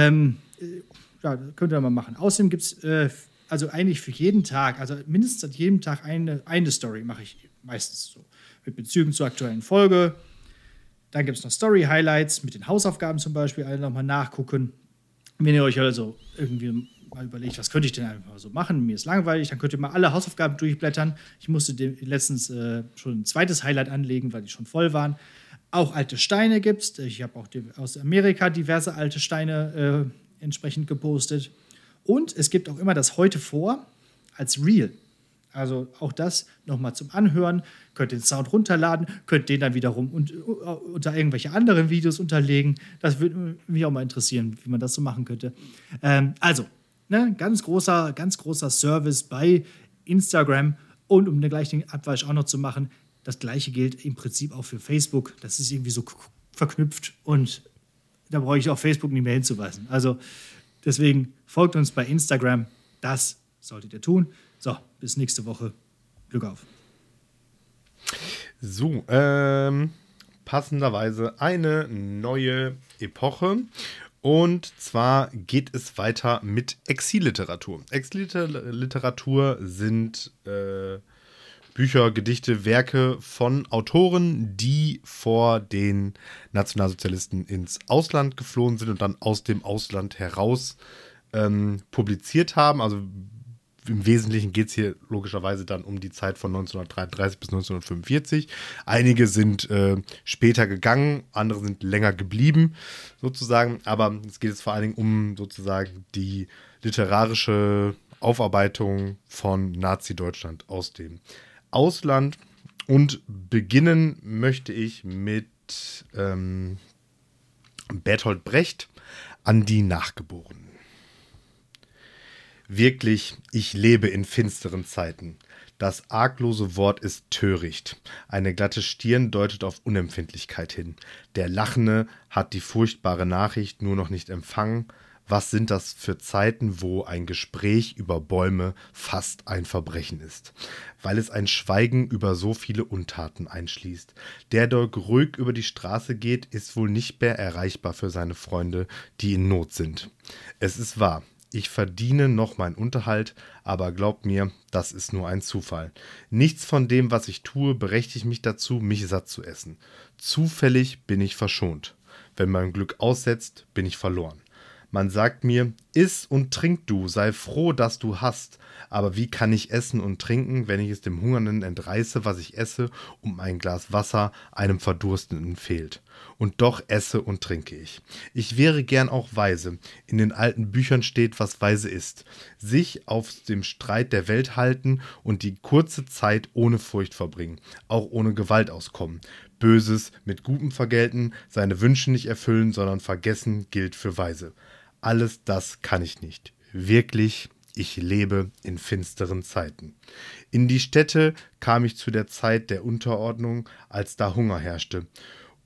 Ja, könnt ihr mal machen. Außerdem gibt es also eigentlich für jeden Tag, also mindestens an jedem Tag eine Story mache ich meistens so. Mit Bezügen zur aktuellen Folge. Dann gibt es noch Story-Highlights mit den Hausaufgaben zum Beispiel, alle nochmal nachgucken. Wenn ihr euch also irgendwie mal überlegt, was könnte ich denn einfach so machen, mir ist langweilig, dann könnt ihr mal alle Hausaufgaben durchblättern. Ich musste letztens schon ein zweites Highlight anlegen, weil die schon voll waren. Auch alte Steine gibt es. Ich habe auch aus Amerika diverse alte Steine entsprechend gepostet. Und es gibt auch immer das Heute vor als Reel. Also auch das nochmal zum Anhören. Könnt den Sound runterladen, könnt den dann wiederum unter irgendwelche anderen Videos unterlegen. Das würde mich auch mal interessieren, wie man das so machen könnte. Ganz großer Service bei Instagram. Und um den gleichen Abwasch auch noch zu machen, das gleiche gilt im Prinzip auch für Facebook. Das ist irgendwie so verknüpft und da brauche ich auf Facebook nicht mehr hinzuweisen. Also deswegen folgt uns bei Instagram. Das solltet ihr tun. So, bis nächste Woche. Glück auf. So, passenderweise eine neue Epoche. Und zwar geht es weiter mit Exilliteratur. Exilliteratur sind Bücher, Gedichte, Werke von Autoren, die vor den Nationalsozialisten ins Ausland geflohen sind und dann aus dem Ausland heraus publiziert haben. Also im Wesentlichen geht es hier logischerweise dann um die Zeit von 1933 bis 1945. Einige sind später gegangen, andere sind länger geblieben, sozusagen. Aber es geht jetzt vor allen Dingen um sozusagen die literarische Aufarbeitung von Nazi-Deutschland aus dem Ausland. Und beginnen möchte ich mit Bertolt Brecht, an die Nachgeborenen. Wirklich, ich lebe in finsteren Zeiten. Das arglose Wort ist töricht. Eine glatte Stirn deutet auf Unempfindlichkeit hin. Der Lachende hat die furchtbare Nachricht nur noch nicht empfangen. Was sind das für Zeiten, wo ein Gespräch über Bäume fast ein Verbrechen ist, weil es ein Schweigen über so viele Untaten einschließt. Der dort ruhig über die Straße geht, ist wohl nicht mehr erreichbar für seine Freunde, die in Not sind. Es ist wahr, ich verdiene noch meinen Unterhalt, aber glaubt mir, das ist nur ein Zufall. Nichts von dem, was ich tue, berechtigt mich dazu, mich satt zu essen. Zufällig bin ich verschont. Wenn mein Glück aussetzt, bin ich verloren. Man sagt mir, iss und trink du, sei froh, dass du hast. Aber wie kann ich essen und trinken, wenn ich es dem Hungernden entreiße, was ich esse, um ein Glas Wasser einem Verdurstenden fehlt? Und doch esse und trinke ich. Ich wäre gern auch weise. In den alten Büchern steht, was weise ist. Sich auf dem Streit der Welt halten und die kurze Zeit ohne Furcht verbringen, auch ohne Gewalt auskommen. Böses mit Gutem vergelten, seine Wünsche nicht erfüllen, sondern vergessen gilt für weise. Alles das kann ich nicht. Wirklich, ich lebe in finsteren Zeiten. In die Städte kam ich zu der Zeit der Unterordnung, als da Hunger herrschte.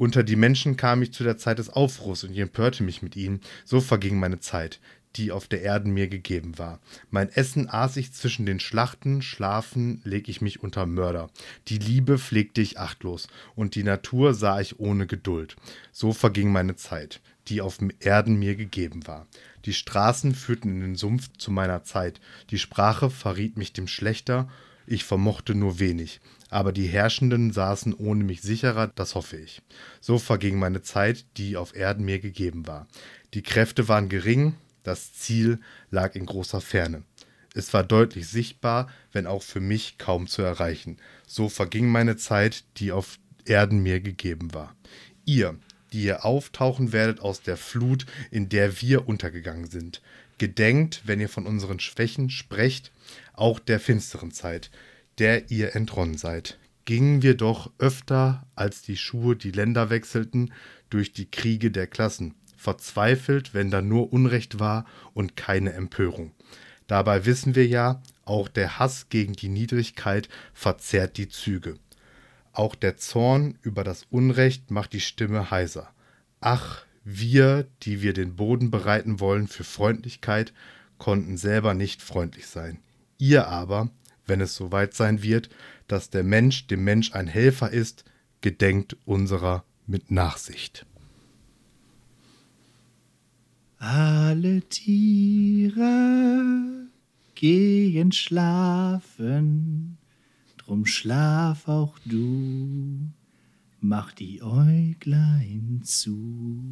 Unter die Menschen kam ich zu der Zeit des Aufruhrs und ich empörte mich mit ihnen. So verging meine Zeit, die auf der Erde mir gegeben war. Mein Essen aß ich zwischen den Schlachten, schlafen leg ich mich unter Mörder. Die Liebe pflegte ich achtlos und die Natur sah ich ohne Geduld. So verging meine Zeit, die auf Erden mir gegeben war. Die Straßen führten in den Sumpf zu meiner Zeit. Die Sprache verriet mich dem Schlechter, ich vermochte nur wenig. Aber die Herrschenden saßen ohne mich sicherer, das hoffe ich. So verging meine Zeit, die auf Erden mir gegeben war. Die Kräfte waren gering, das Ziel lag in großer Ferne. Es war deutlich sichtbar, wenn auch für mich kaum zu erreichen. So verging meine Zeit, die auf Erden mir gegeben war. Ihr, die ihr auftauchen werdet aus der Flut, in der wir untergegangen sind. Gedenkt, wenn ihr von unseren Schwächen sprecht, auch der finsteren Zeit, der ihr entronnen seid. Gingen wir doch öfter als die Schuhe die Länder wechselten, durch die Kriege der Klassen, verzweifelt, wenn da nur Unrecht war und keine Empörung. Dabei wissen wir ja, auch der Hass gegen die Niedrigkeit verzerrt die Züge. Auch der Zorn über das Unrecht macht die Stimme heiser. Ach, wir, die wir den Boden bereiten wollen für Freundlichkeit, konnten selber nicht freundlich sein. Ihr aber, wenn es soweit sein wird, dass der Mensch dem Mensch ein Helfer ist, gedenkt unserer mit Nachsicht. Alle Tiere gehen schlafen, drum schlaf auch du, mach die Äuglein zu.